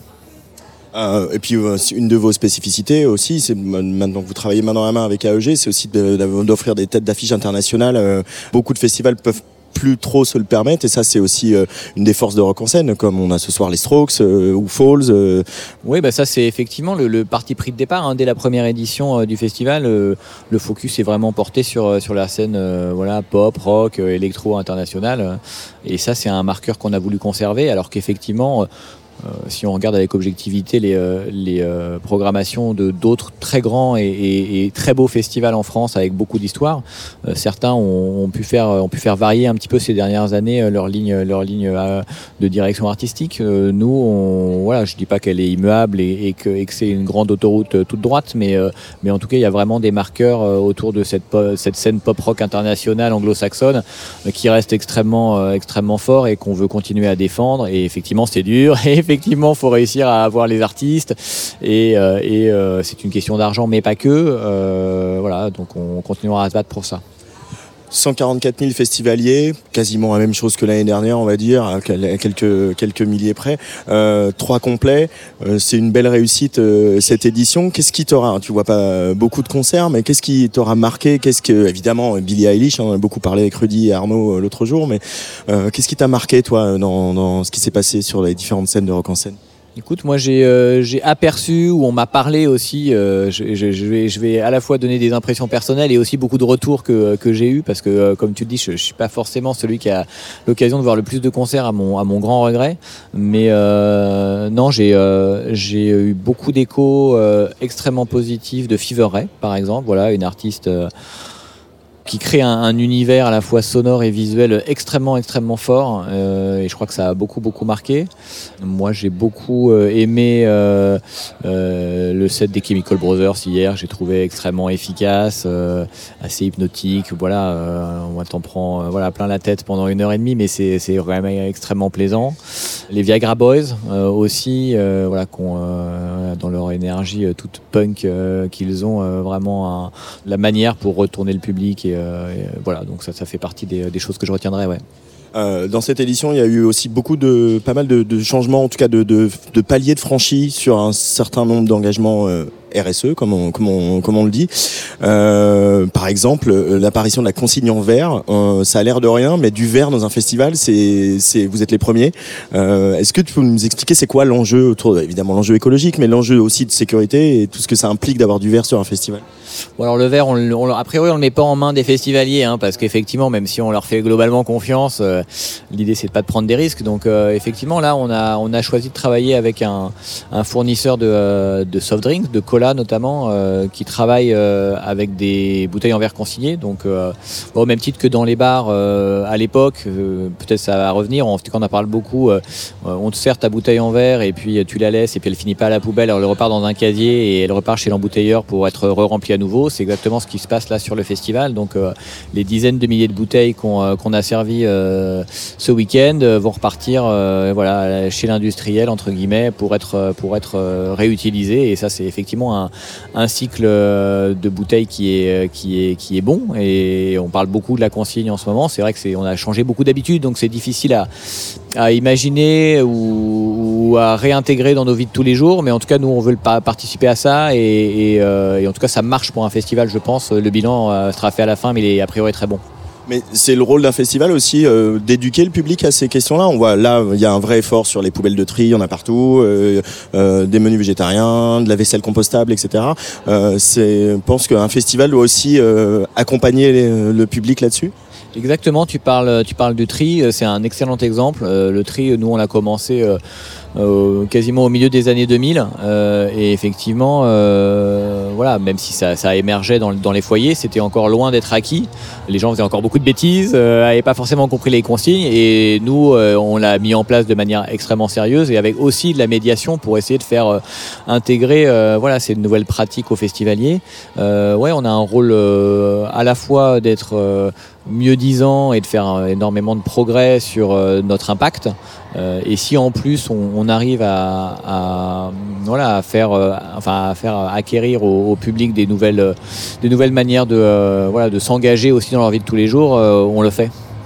Et puis une de vos spécificités aussi, c'est maintenant que vous travaillez main dans la main avec AEG, c'est aussi d'offrir des têtes d'affiche internationales. Beaucoup de festivals peuvent plus trop se le permettre et ça c'est aussi une des forces de Rock en scène, comme on a ce soir les Strokes ou Falls. Oui, ça c'est effectivement le parti pris de départ. Dès la première édition du festival, le focus est vraiment porté sur la scène pop, rock, électro international. Et ça c'est un marqueur qu'on a voulu conserver, alors qu'effectivement si on regarde avec objectivité les programmations de d'autres très grands et très beaux festivals en France avec beaucoup d'histoire, certains ont pu faire varier un petit peu ces dernières années leur ligne de direction artistique. Nous, je dis pas qu'elle est immuable et que c'est une grande autoroute toute droite, mais en tout cas il y a vraiment des marqueurs autour de cette scène pop rock internationale anglo-saxonne qui reste extrêmement fort et qu'on veut continuer à défendre. Et effectivement c'est dur. Et effectivement, il faut réussir à avoir les artistes et c'est une question d'argent, mais pas que. Donc on continuera à se battre pour ça. 144 000 festivaliers, quasiment la même chose que l'année dernière, on va dire, à quelques milliers près. 3 complets, c'est une belle réussite cette édition. Qu'est-ce qui t'aura, tu vois pas beaucoup de concerts, mais qu'est-ce qui t'aura marqué? Évidemment, Billie Eilish, on a beaucoup parlé avec Rudy et Arnaud l'autre jour, mais qu'est-ce qui t'a marqué, toi, dans ce qui s'est passé sur les différentes scènes de Rock en scène? Écoute, moi j'ai aperçu, ou on m'a parlé aussi, je vais à la fois donner des impressions personnelles et aussi beaucoup de retours que j'ai eu, parce que comme tu le dis, je suis pas forcément celui qui a l'occasion de voir le plus de concerts à mon grand regret, mais non, j'ai eu beaucoup d'échos extrêmement positifs de Fever Ray, par exemple, voilà, une artiste qui crée un univers à la fois sonore et visuel extrêmement fort, et je crois que ça a beaucoup marqué. Moi j'ai beaucoup aimé le set des Chemical Brothers hier, j'ai trouvé extrêmement efficace, assez hypnotique, voilà, on t'en prend plein la tête pendant 1h30, mais c'est vraiment extrêmement plaisant. Les Viagra Boys aussi, dans leur énergie toute punk qu'ils ont, vraiment la manière pour retourner le public, et voilà, donc ça fait partie des choses que je retiendrai, ouais. Dans cette édition, il y a eu aussi pas mal de changements, en tout cas de paliers de franchis sur un certain nombre d'engagements RSE, comme on le dit. Par exemple, l'apparition de la consigne en verre, ça a l'air de rien, mais du verre dans un festival, vous êtes les premiers. Est-ce que tu peux nous expliquer c'est quoi l'enjeu autour, évidemment l'enjeu écologique, mais l'enjeu aussi de sécurité et tout ce que ça implique d'avoir du verre sur un festival? Bon, alors le verre, a priori on le met pas en main des festivaliers, parce qu'effectivement, même si on leur fait globalement confiance, l'idée c'est de pas de prendre des risques. Donc effectivement là on a choisi de travailler avec un fournisseur de soft drinks, de cola notamment, qui travaille avec des bouteilles en verre consignées. Donc au même titre que dans les bars à l'époque, peut-être ça va revenir. En tout cas on en parle beaucoup. On te sert ta bouteille en verre et puis tu la laisses et puis elle finit pas à la poubelle, elle repart dans un casier et elle repart chez l'embouteilleur pour être remplie à nouveau. C'est exactement ce qui se passe là sur le festival. Donc les dizaines de milliers de bouteilles qu'on a servi ce week-end vont repartir chez l'industriel entre guillemets pour être réutilisés, et ça c'est effectivement un cycle de bouteilles qui est bon, et on parle beaucoup de la consigne en ce moment. C'est vrai que on a changé beaucoup d'habitudes, donc c'est difficile à imaginer ou à réintégrer dans nos vies de tous les jours, mais en tout cas nous on veut participer à ça, et en tout cas ça marche pour un festival, je pense. Le bilan sera fait à la fin, mais il est a priori très bon. Mais c'est le rôle d'un festival aussi d'éduquer le public à ces questions-là. On voit là, il y a un vrai effort sur les poubelles de tri, il y en a partout, des menus végétariens, de la vaisselle compostable, etc. Je pense qu'un festival doit aussi accompagner le public là-dessus. Exactement, tu parles du tri, c'est un excellent exemple. Le tri, nous on l'a commencé quasiment au milieu des années 2000, et effectivement même si ça émergeait dans les foyers, c'était encore loin d'être acquis. Les gens faisaient encore beaucoup de bêtises, n'avaient pas forcément compris les consignes, et nous on l'a mis en place de manière extrêmement sérieuse, et avec aussi de la médiation pour essayer de faire intégrer ces nouvelles pratiques aux festivaliers. On a un rôle à la fois d'être mieux-disant et de faire énormément de progrès sur notre impact, et si en plus on arrive à faire acquérir au public des nouvelles manières de s'engager aussi dans leur vie de tous les jours, on le fait.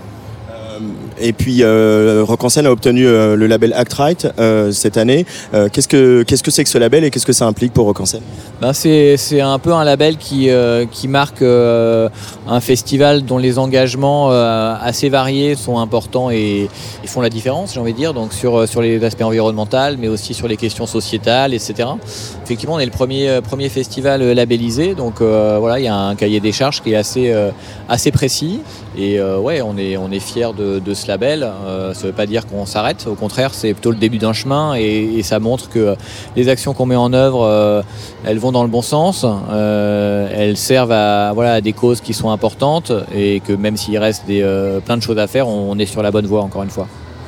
Et puis Rock en scène a obtenu le label Act Right cette année. Qu'est-ce que c'est que ce label et qu'est-ce que ça implique pour Rock en scène? C'est un peu un label qui marque un festival dont les engagements assez variés sont importants et font la différence, j'ai envie de dire, donc sur les aspects environnementaux, mais aussi sur les questions sociétales, etc. Effectivement, on est le premier festival labellisé, donc il y a un cahier des charges qui est assez précis, et on est fiers de ce label. Ça ne veut pas dire qu'on s'arrête, au contraire, c'est plutôt le début d'un chemin, et ça montre que les actions qu'on met en œuvre, elles vont dans le bon sens, elles servent à des causes qui sont importantes, et que même s'il reste plein de choses à faire, on est sur la bonne voie, encore une fois.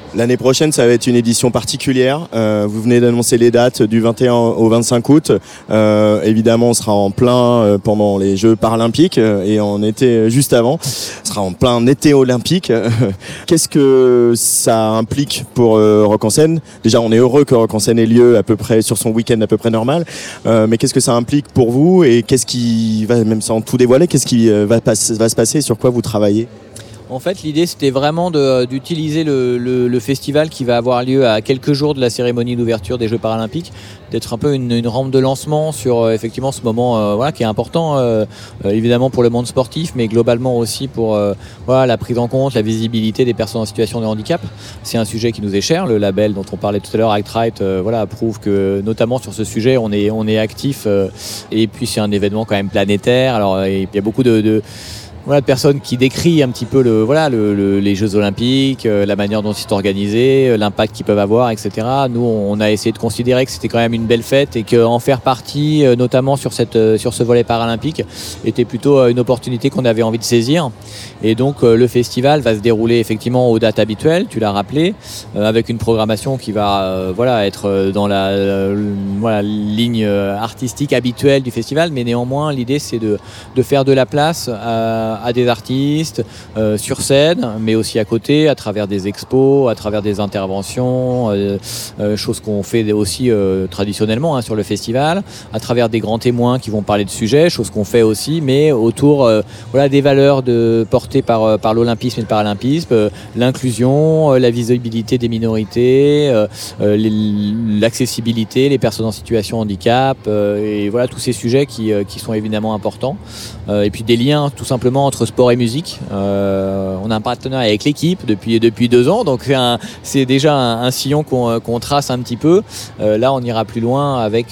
L'année prochaine, ça va être une édition particulière. Vous venez d'annoncer les dates du 21 au 25 août. Évidemment, on sera en plein pendant les Jeux paralympiques et en été juste avant. On sera en plein été olympique. Qu'est-ce que ça implique pour Rock en Seine ? Déjà, on est heureux que Rock en Seine ait lieu à peu près sur son week-end à peu près normal. Mais qu'est-ce que ça implique pour vous et qu'est-ce qui va, même sans tout dévoiler, qu'est-ce qui va se passer, sur quoi vous travaillez ? En fait, l'idée, c'était vraiment d'utiliser le festival qui va avoir lieu à quelques jours de la cérémonie d'ouverture des Jeux paralympiques, d'être un peu une rampe de lancement sur effectivement ce moment qui est important, évidemment pour le monde sportif, mais globalement aussi pour la prise en compte, la visibilité des personnes en situation de handicap. C'est un sujet qui nous est cher. Le label dont on parlait tout à l'heure, Act Right, prouve que notamment sur ce sujet, on est actif. Et puis c'est un événement quand même planétaire. Alors il y a beaucoup de personnes qui décrivent un petit peu les Jeux Olympiques, la manière dont c'est organisé, l'impact qu'ils peuvent avoir, etc. Nous, on a essayé de considérer que c'était quand même une belle fête et qu'en faire partie, notamment sur ce volet paralympique, était plutôt une opportunité qu'on avait envie de saisir. Et donc, le festival va se dérouler effectivement aux dates habituelles, tu l'as rappelé, avec une programmation qui va être dans la ligne artistique habituelle du festival. Mais néanmoins, l'idée, c'est de faire de la place à des artistes sur scène, mais aussi à côté, à travers des expos, à travers des interventions, chose qu'on fait aussi traditionnellement sur le festival, à travers des grands témoins qui vont parler de sujets, chose qu'on fait aussi, mais autour des valeurs portées par l'olympisme et le paralympisme, l'inclusion, la visibilité des minorités, l'accessibilité, les personnes en situation de handicap, et voilà tous ces sujets qui sont évidemment importants. Et puis des liens tout simplement entre sport et musique. On a un partenariat avec l'équipe depuis 2 ans, donc c'est déjà un sillon qu'on trace un petit peu. Là, on ira plus loin avec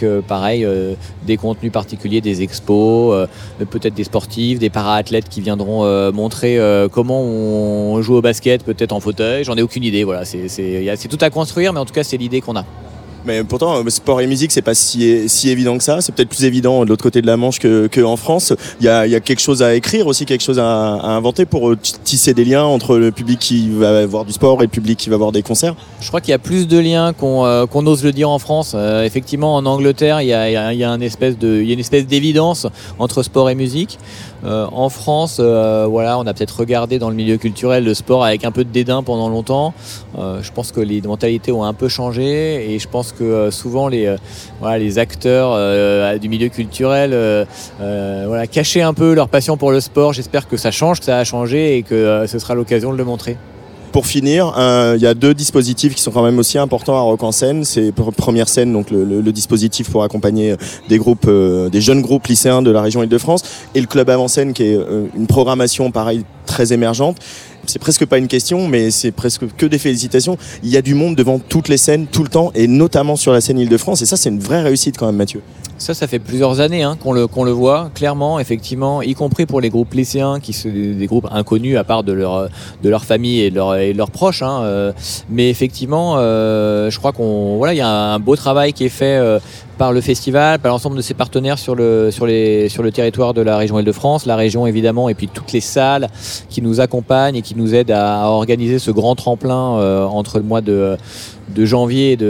des contenus particuliers, des expos, peut-être des sportifs, des para-athlètes qui viendront montrer comment on joue au basket, peut-être en fauteuil. J'en ai aucune idée. Voilà, c'est tout à construire, mais en tout cas, c'est l'idée qu'on a. Mais pourtant, sport et musique, c'est pas si évident que ça. C'est peut-être plus évident de l'autre côté de la Manche qu'en France. Il y a quelque chose à écrire aussi, quelque chose à inventer pour tisser des liens entre le public qui va voir du sport et le public qui va voir des concerts. Je crois qu'il y a plus de liens qu'on ose le dire en France. Effectivement, en Angleterre, il y a une espèce d'évidence entre sport et musique. En France, on a peut-être regardé dans le milieu culturel le sport avec un peu de dédain pendant longtemps. Je pense que les mentalités ont un peu changé et je pense que souvent les acteurs du milieu culturel cachaient un peu leur passion pour le sport. J'espère que ça change, que ça a changé et que ce sera l'occasion de le montrer. Pour finir, il y a 2 dispositifs qui sont quand même aussi importants à Rock en Seine. C'est Première Scène, donc le dispositif pour accompagner des jeunes groupes lycéens de la région Île-de-France, et le Club Avant Scène qui est une programmation pareil très émergente. C'est presque pas une question, mais c'est presque que des félicitations. Il y a du monde devant toutes les scènes, tout le temps, et notamment sur la scène Île-de-France. Et ça, c'est une vraie réussite quand même, Mathieu. Ça fait plusieurs années qu'on le voit, clairement, effectivement, y compris pour les groupes lycéens, qui sont des groupes inconnus à part de leur famille et de leurs proches. Mais effectivement, je crois il y a un beau travail qui est fait par le festival, par l'ensemble de ses partenaires sur le territoire de la région Île-de-France, la région évidemment, et puis toutes les salles qui nous accompagnent et qui nous aident à organiser ce grand tremplin entre le mois de janvier et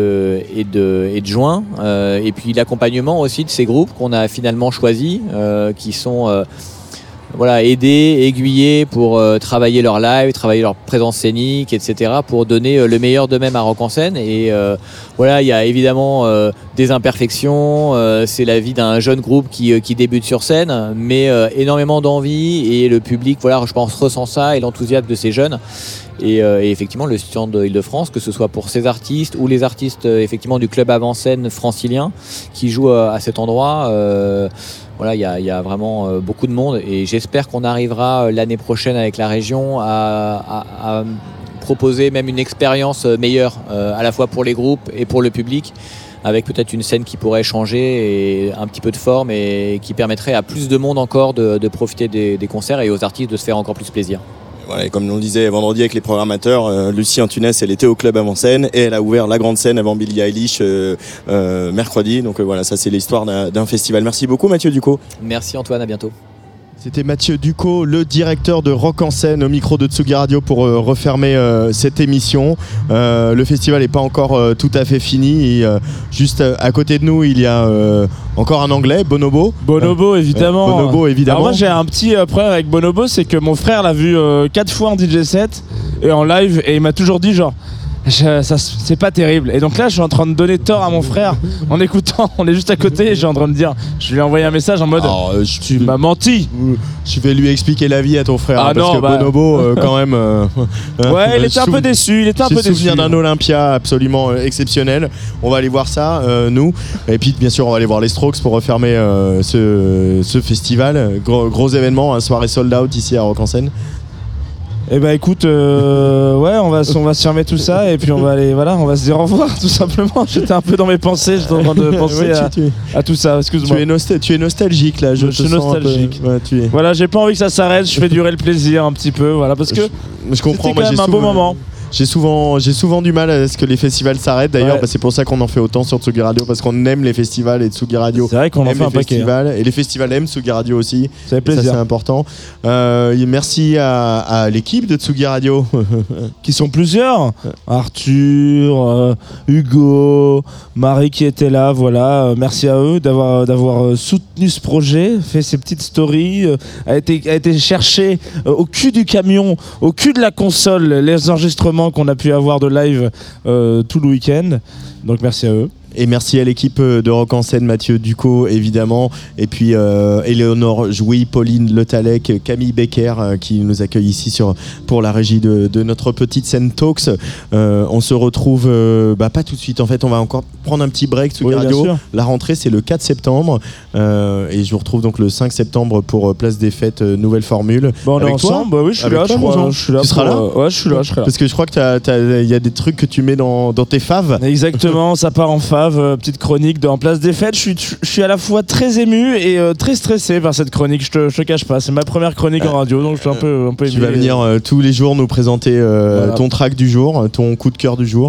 de juin, et puis l'accompagnement aussi de ces groupes qu'on a finalement choisis, qui sont aidés, aiguillés pour travailler leur live, travailler leur présence scénique, etc., pour donner le meilleur d'eux-mêmes à Rock en Seine. Et il y a évidemment des imperfections, c'est la vie d'un jeune groupe qui débute sur scène, mais énormément d'envie, et le public, je pense, ressent ça, et l'enthousiasme de ces jeunes. Et effectivement, le stand de Île-de-France, que ce soit pour ces artistes ou les artistes effectivement du club Avant Scène francilien qui jouent à cet endroit, il y a vraiment beaucoup de monde, et j'espère qu'on arrivera l'année prochaine avec la région à proposer même une expérience meilleure, à la fois pour les groupes et pour le public, avec peut-être une scène qui pourrait changer et un petit peu de forme, et qui permettrait à plus de monde encore de profiter des concerts, et aux artistes de se faire encore plus plaisir. Voilà, et comme on le disait vendredi avec les programmateurs, Lucie Antunes, elle était au Club Avant Scène et elle a ouvert la grande scène avant Billie Eilish mercredi. Donc ça c'est l'histoire d'un festival. Merci beaucoup Mathieu Ducot. Merci Antoine, à bientôt. C'était Mathieu Ducot, le directeur de Rock en scène au micro de Tsugi Radio pour refermer cette émission. Le festival n'est pas encore tout à fait fini. Et, juste à côté de nous, il y a encore un Anglais, Bonobo. Bonobo, évidemment. Bonobo, évidemment. Alors moi j'ai un petit problème avec Bonobo, c'est que mon frère l'a vu 4 fois en DJ set et en live et il m'a toujours dit genre c'est pas terrible. Et donc là je suis en train de donner tort à mon frère en écoutant, on est juste à côté et je suis en train de dire, je lui ai envoyé un message en mode tu m'as menti. Je vais lui expliquer la vie à ton frère, Ah parce non, que bah... Bonobo quand même ouais, il était un peu déçu, il était un peu déçu. Je me souviens d'un Olympia absolument exceptionnel. On va aller voir ça, nous, et puis bien sûr on va aller voir les Strokes pour refermer ce festival, gros événement, soirée sold out ici à Rock en scène. Eh ben écoute, ouais, on va se fermer tout ça et puis on va aller, voilà, on va se dire au revoir tout simplement. J'étais un peu dans mes pensées, j'étais en train de penser à tout ça. Excuse-moi. Tu es nostalgique là. Je suis nostalgique. Ouais, voilà, j'ai pas envie que ça s'arrête. Je fais durer le plaisir un petit peu, voilà, parce que je comprends. C'était quand même un beau moment. J'ai souvent du mal à ce que les festivals s'arrêtent. D'ailleurs, c'est pour ça qu'on en fait autant sur Tsugi Radio, parce qu'on aime les festivals et Tsugi Radio. C'est vrai qu'on en fait un paquet. Et les festivals aiment Tsugi Radio aussi. Ça fait plaisir. Ça, c'est important. Merci à l'équipe de Tsugi Radio. Qui sont plusieurs. Arthur, Hugo, Marie qui était là. Voilà. Merci à eux d'avoir soutenu ce projet, fait ces petites stories, a été chercher au cul du camion, au cul de la console, les enregistrements qu'on a pu avoir de live tout le week-end. Donc merci à eux. Et merci à l'équipe de Rock en scène, Mathieu Ducot évidemment, et puis Éléonore Jouy, Pauline Le Talec, Camille Becker qui nous accueille ici pour la régie de notre petite scène Talks. On se retrouve pas tout de suite, en fait on va encore prendre un petit break sous radio. La rentrée c'est le 4 septembre et je vous retrouve donc le 5 septembre pour Place des Fêtes, nouvelle formule. Bon, on est ensemble, bah oui, je suis là, je suis là. Tu seras là ouais, je serai là. Parce que je crois que il y a des trucs que tu mets dans tes faves. Exactement, ça part en fave. Petite chronique En Place des Fêtes. Je suis à la fois très ému et très stressé par cette chronique. Je te cache pas, c'est ma première chronique en radio, donc je suis un peu ému. Tu vas venir tous les jours nous présenter ton track du jour, ton coup de cœur du jour.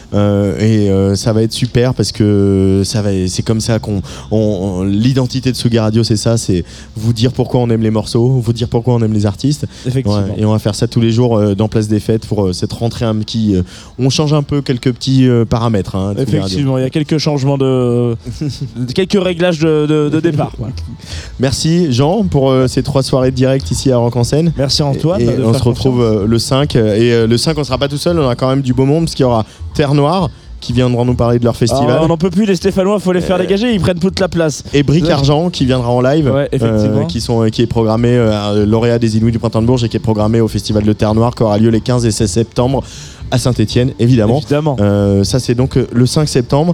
Ça va être super parce que c'est comme ça l'identité de Tsugi Radio, c'est ça, c'est vous dire pourquoi on aime les morceaux, vous dire pourquoi on aime les artistes. Effectivement. Ouais, et on va faire ça tous les jours dans Place des Fêtes pour cette rentrée on change un peu quelques petits paramètres. Effectivement, il y a quelques changements quelques réglages de départ. Voilà. Merci Jean pour ces 3 soirées de direct ici à Rock en scène. Merci Antoine. Et on se retrouve le 5 et le 5 on sera pas tout seul, on a quand même du beau monde parce qu'il y aura Terre Noire qui viendront nous parler de leur festival. Alors, on n'en peut plus, les Stéphanois, faut les faire dégager, ils prennent toute la place. Et Bric Argent qui viendra en live, qui est programmé lauréat des Inouïs du Printemps de Bourges et qui est programmé au festival de Terre Noire qui aura lieu les 15 et 16 septembre à Saint-Étienne, évidemment. Ça c'est donc le 5 septembre.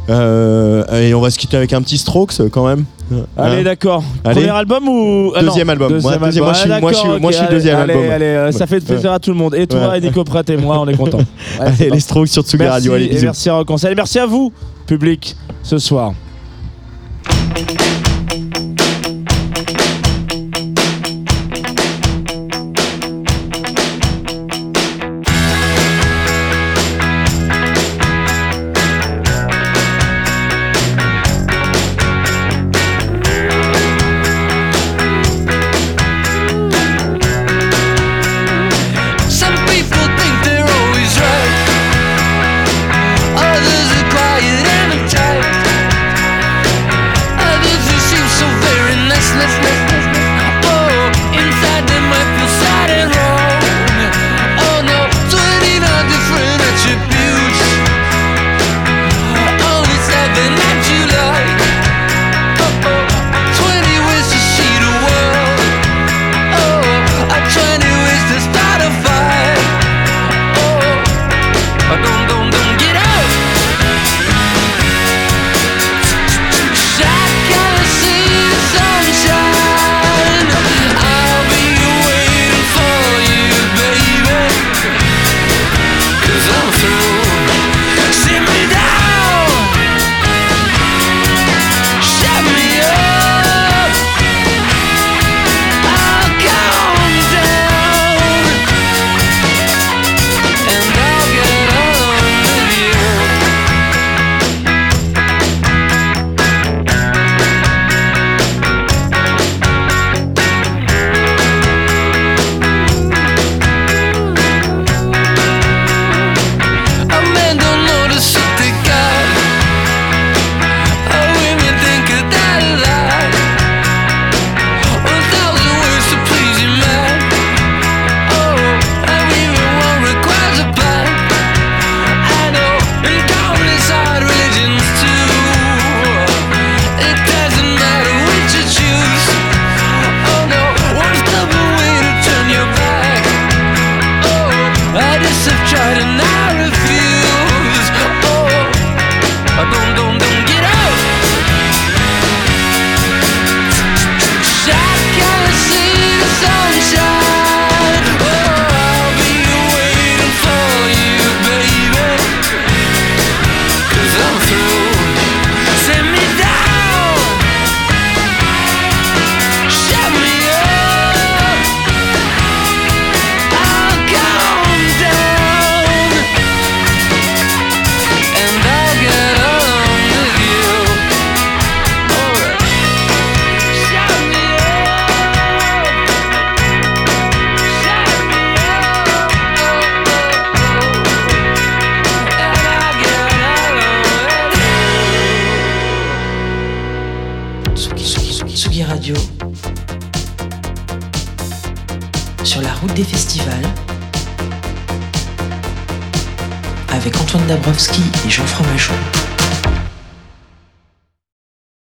Et on va se quitter avec un petit Strokes quand même. Allez, d'accord. Premier album ou deuxième album. Moi je suis deuxième album. Allez, ça fait plaisir à tout le monde. Et toi, et Nico Pratt et moi, on est contents. Allez, les Strokes sur Tsugi Radio. Allez, bisous. Merci à Rock en scène. Merci à vous, public, ce soir. Others are quiet and uptight. sur la route des festivals avec Antoine Dabrowski et Jean Fromageau.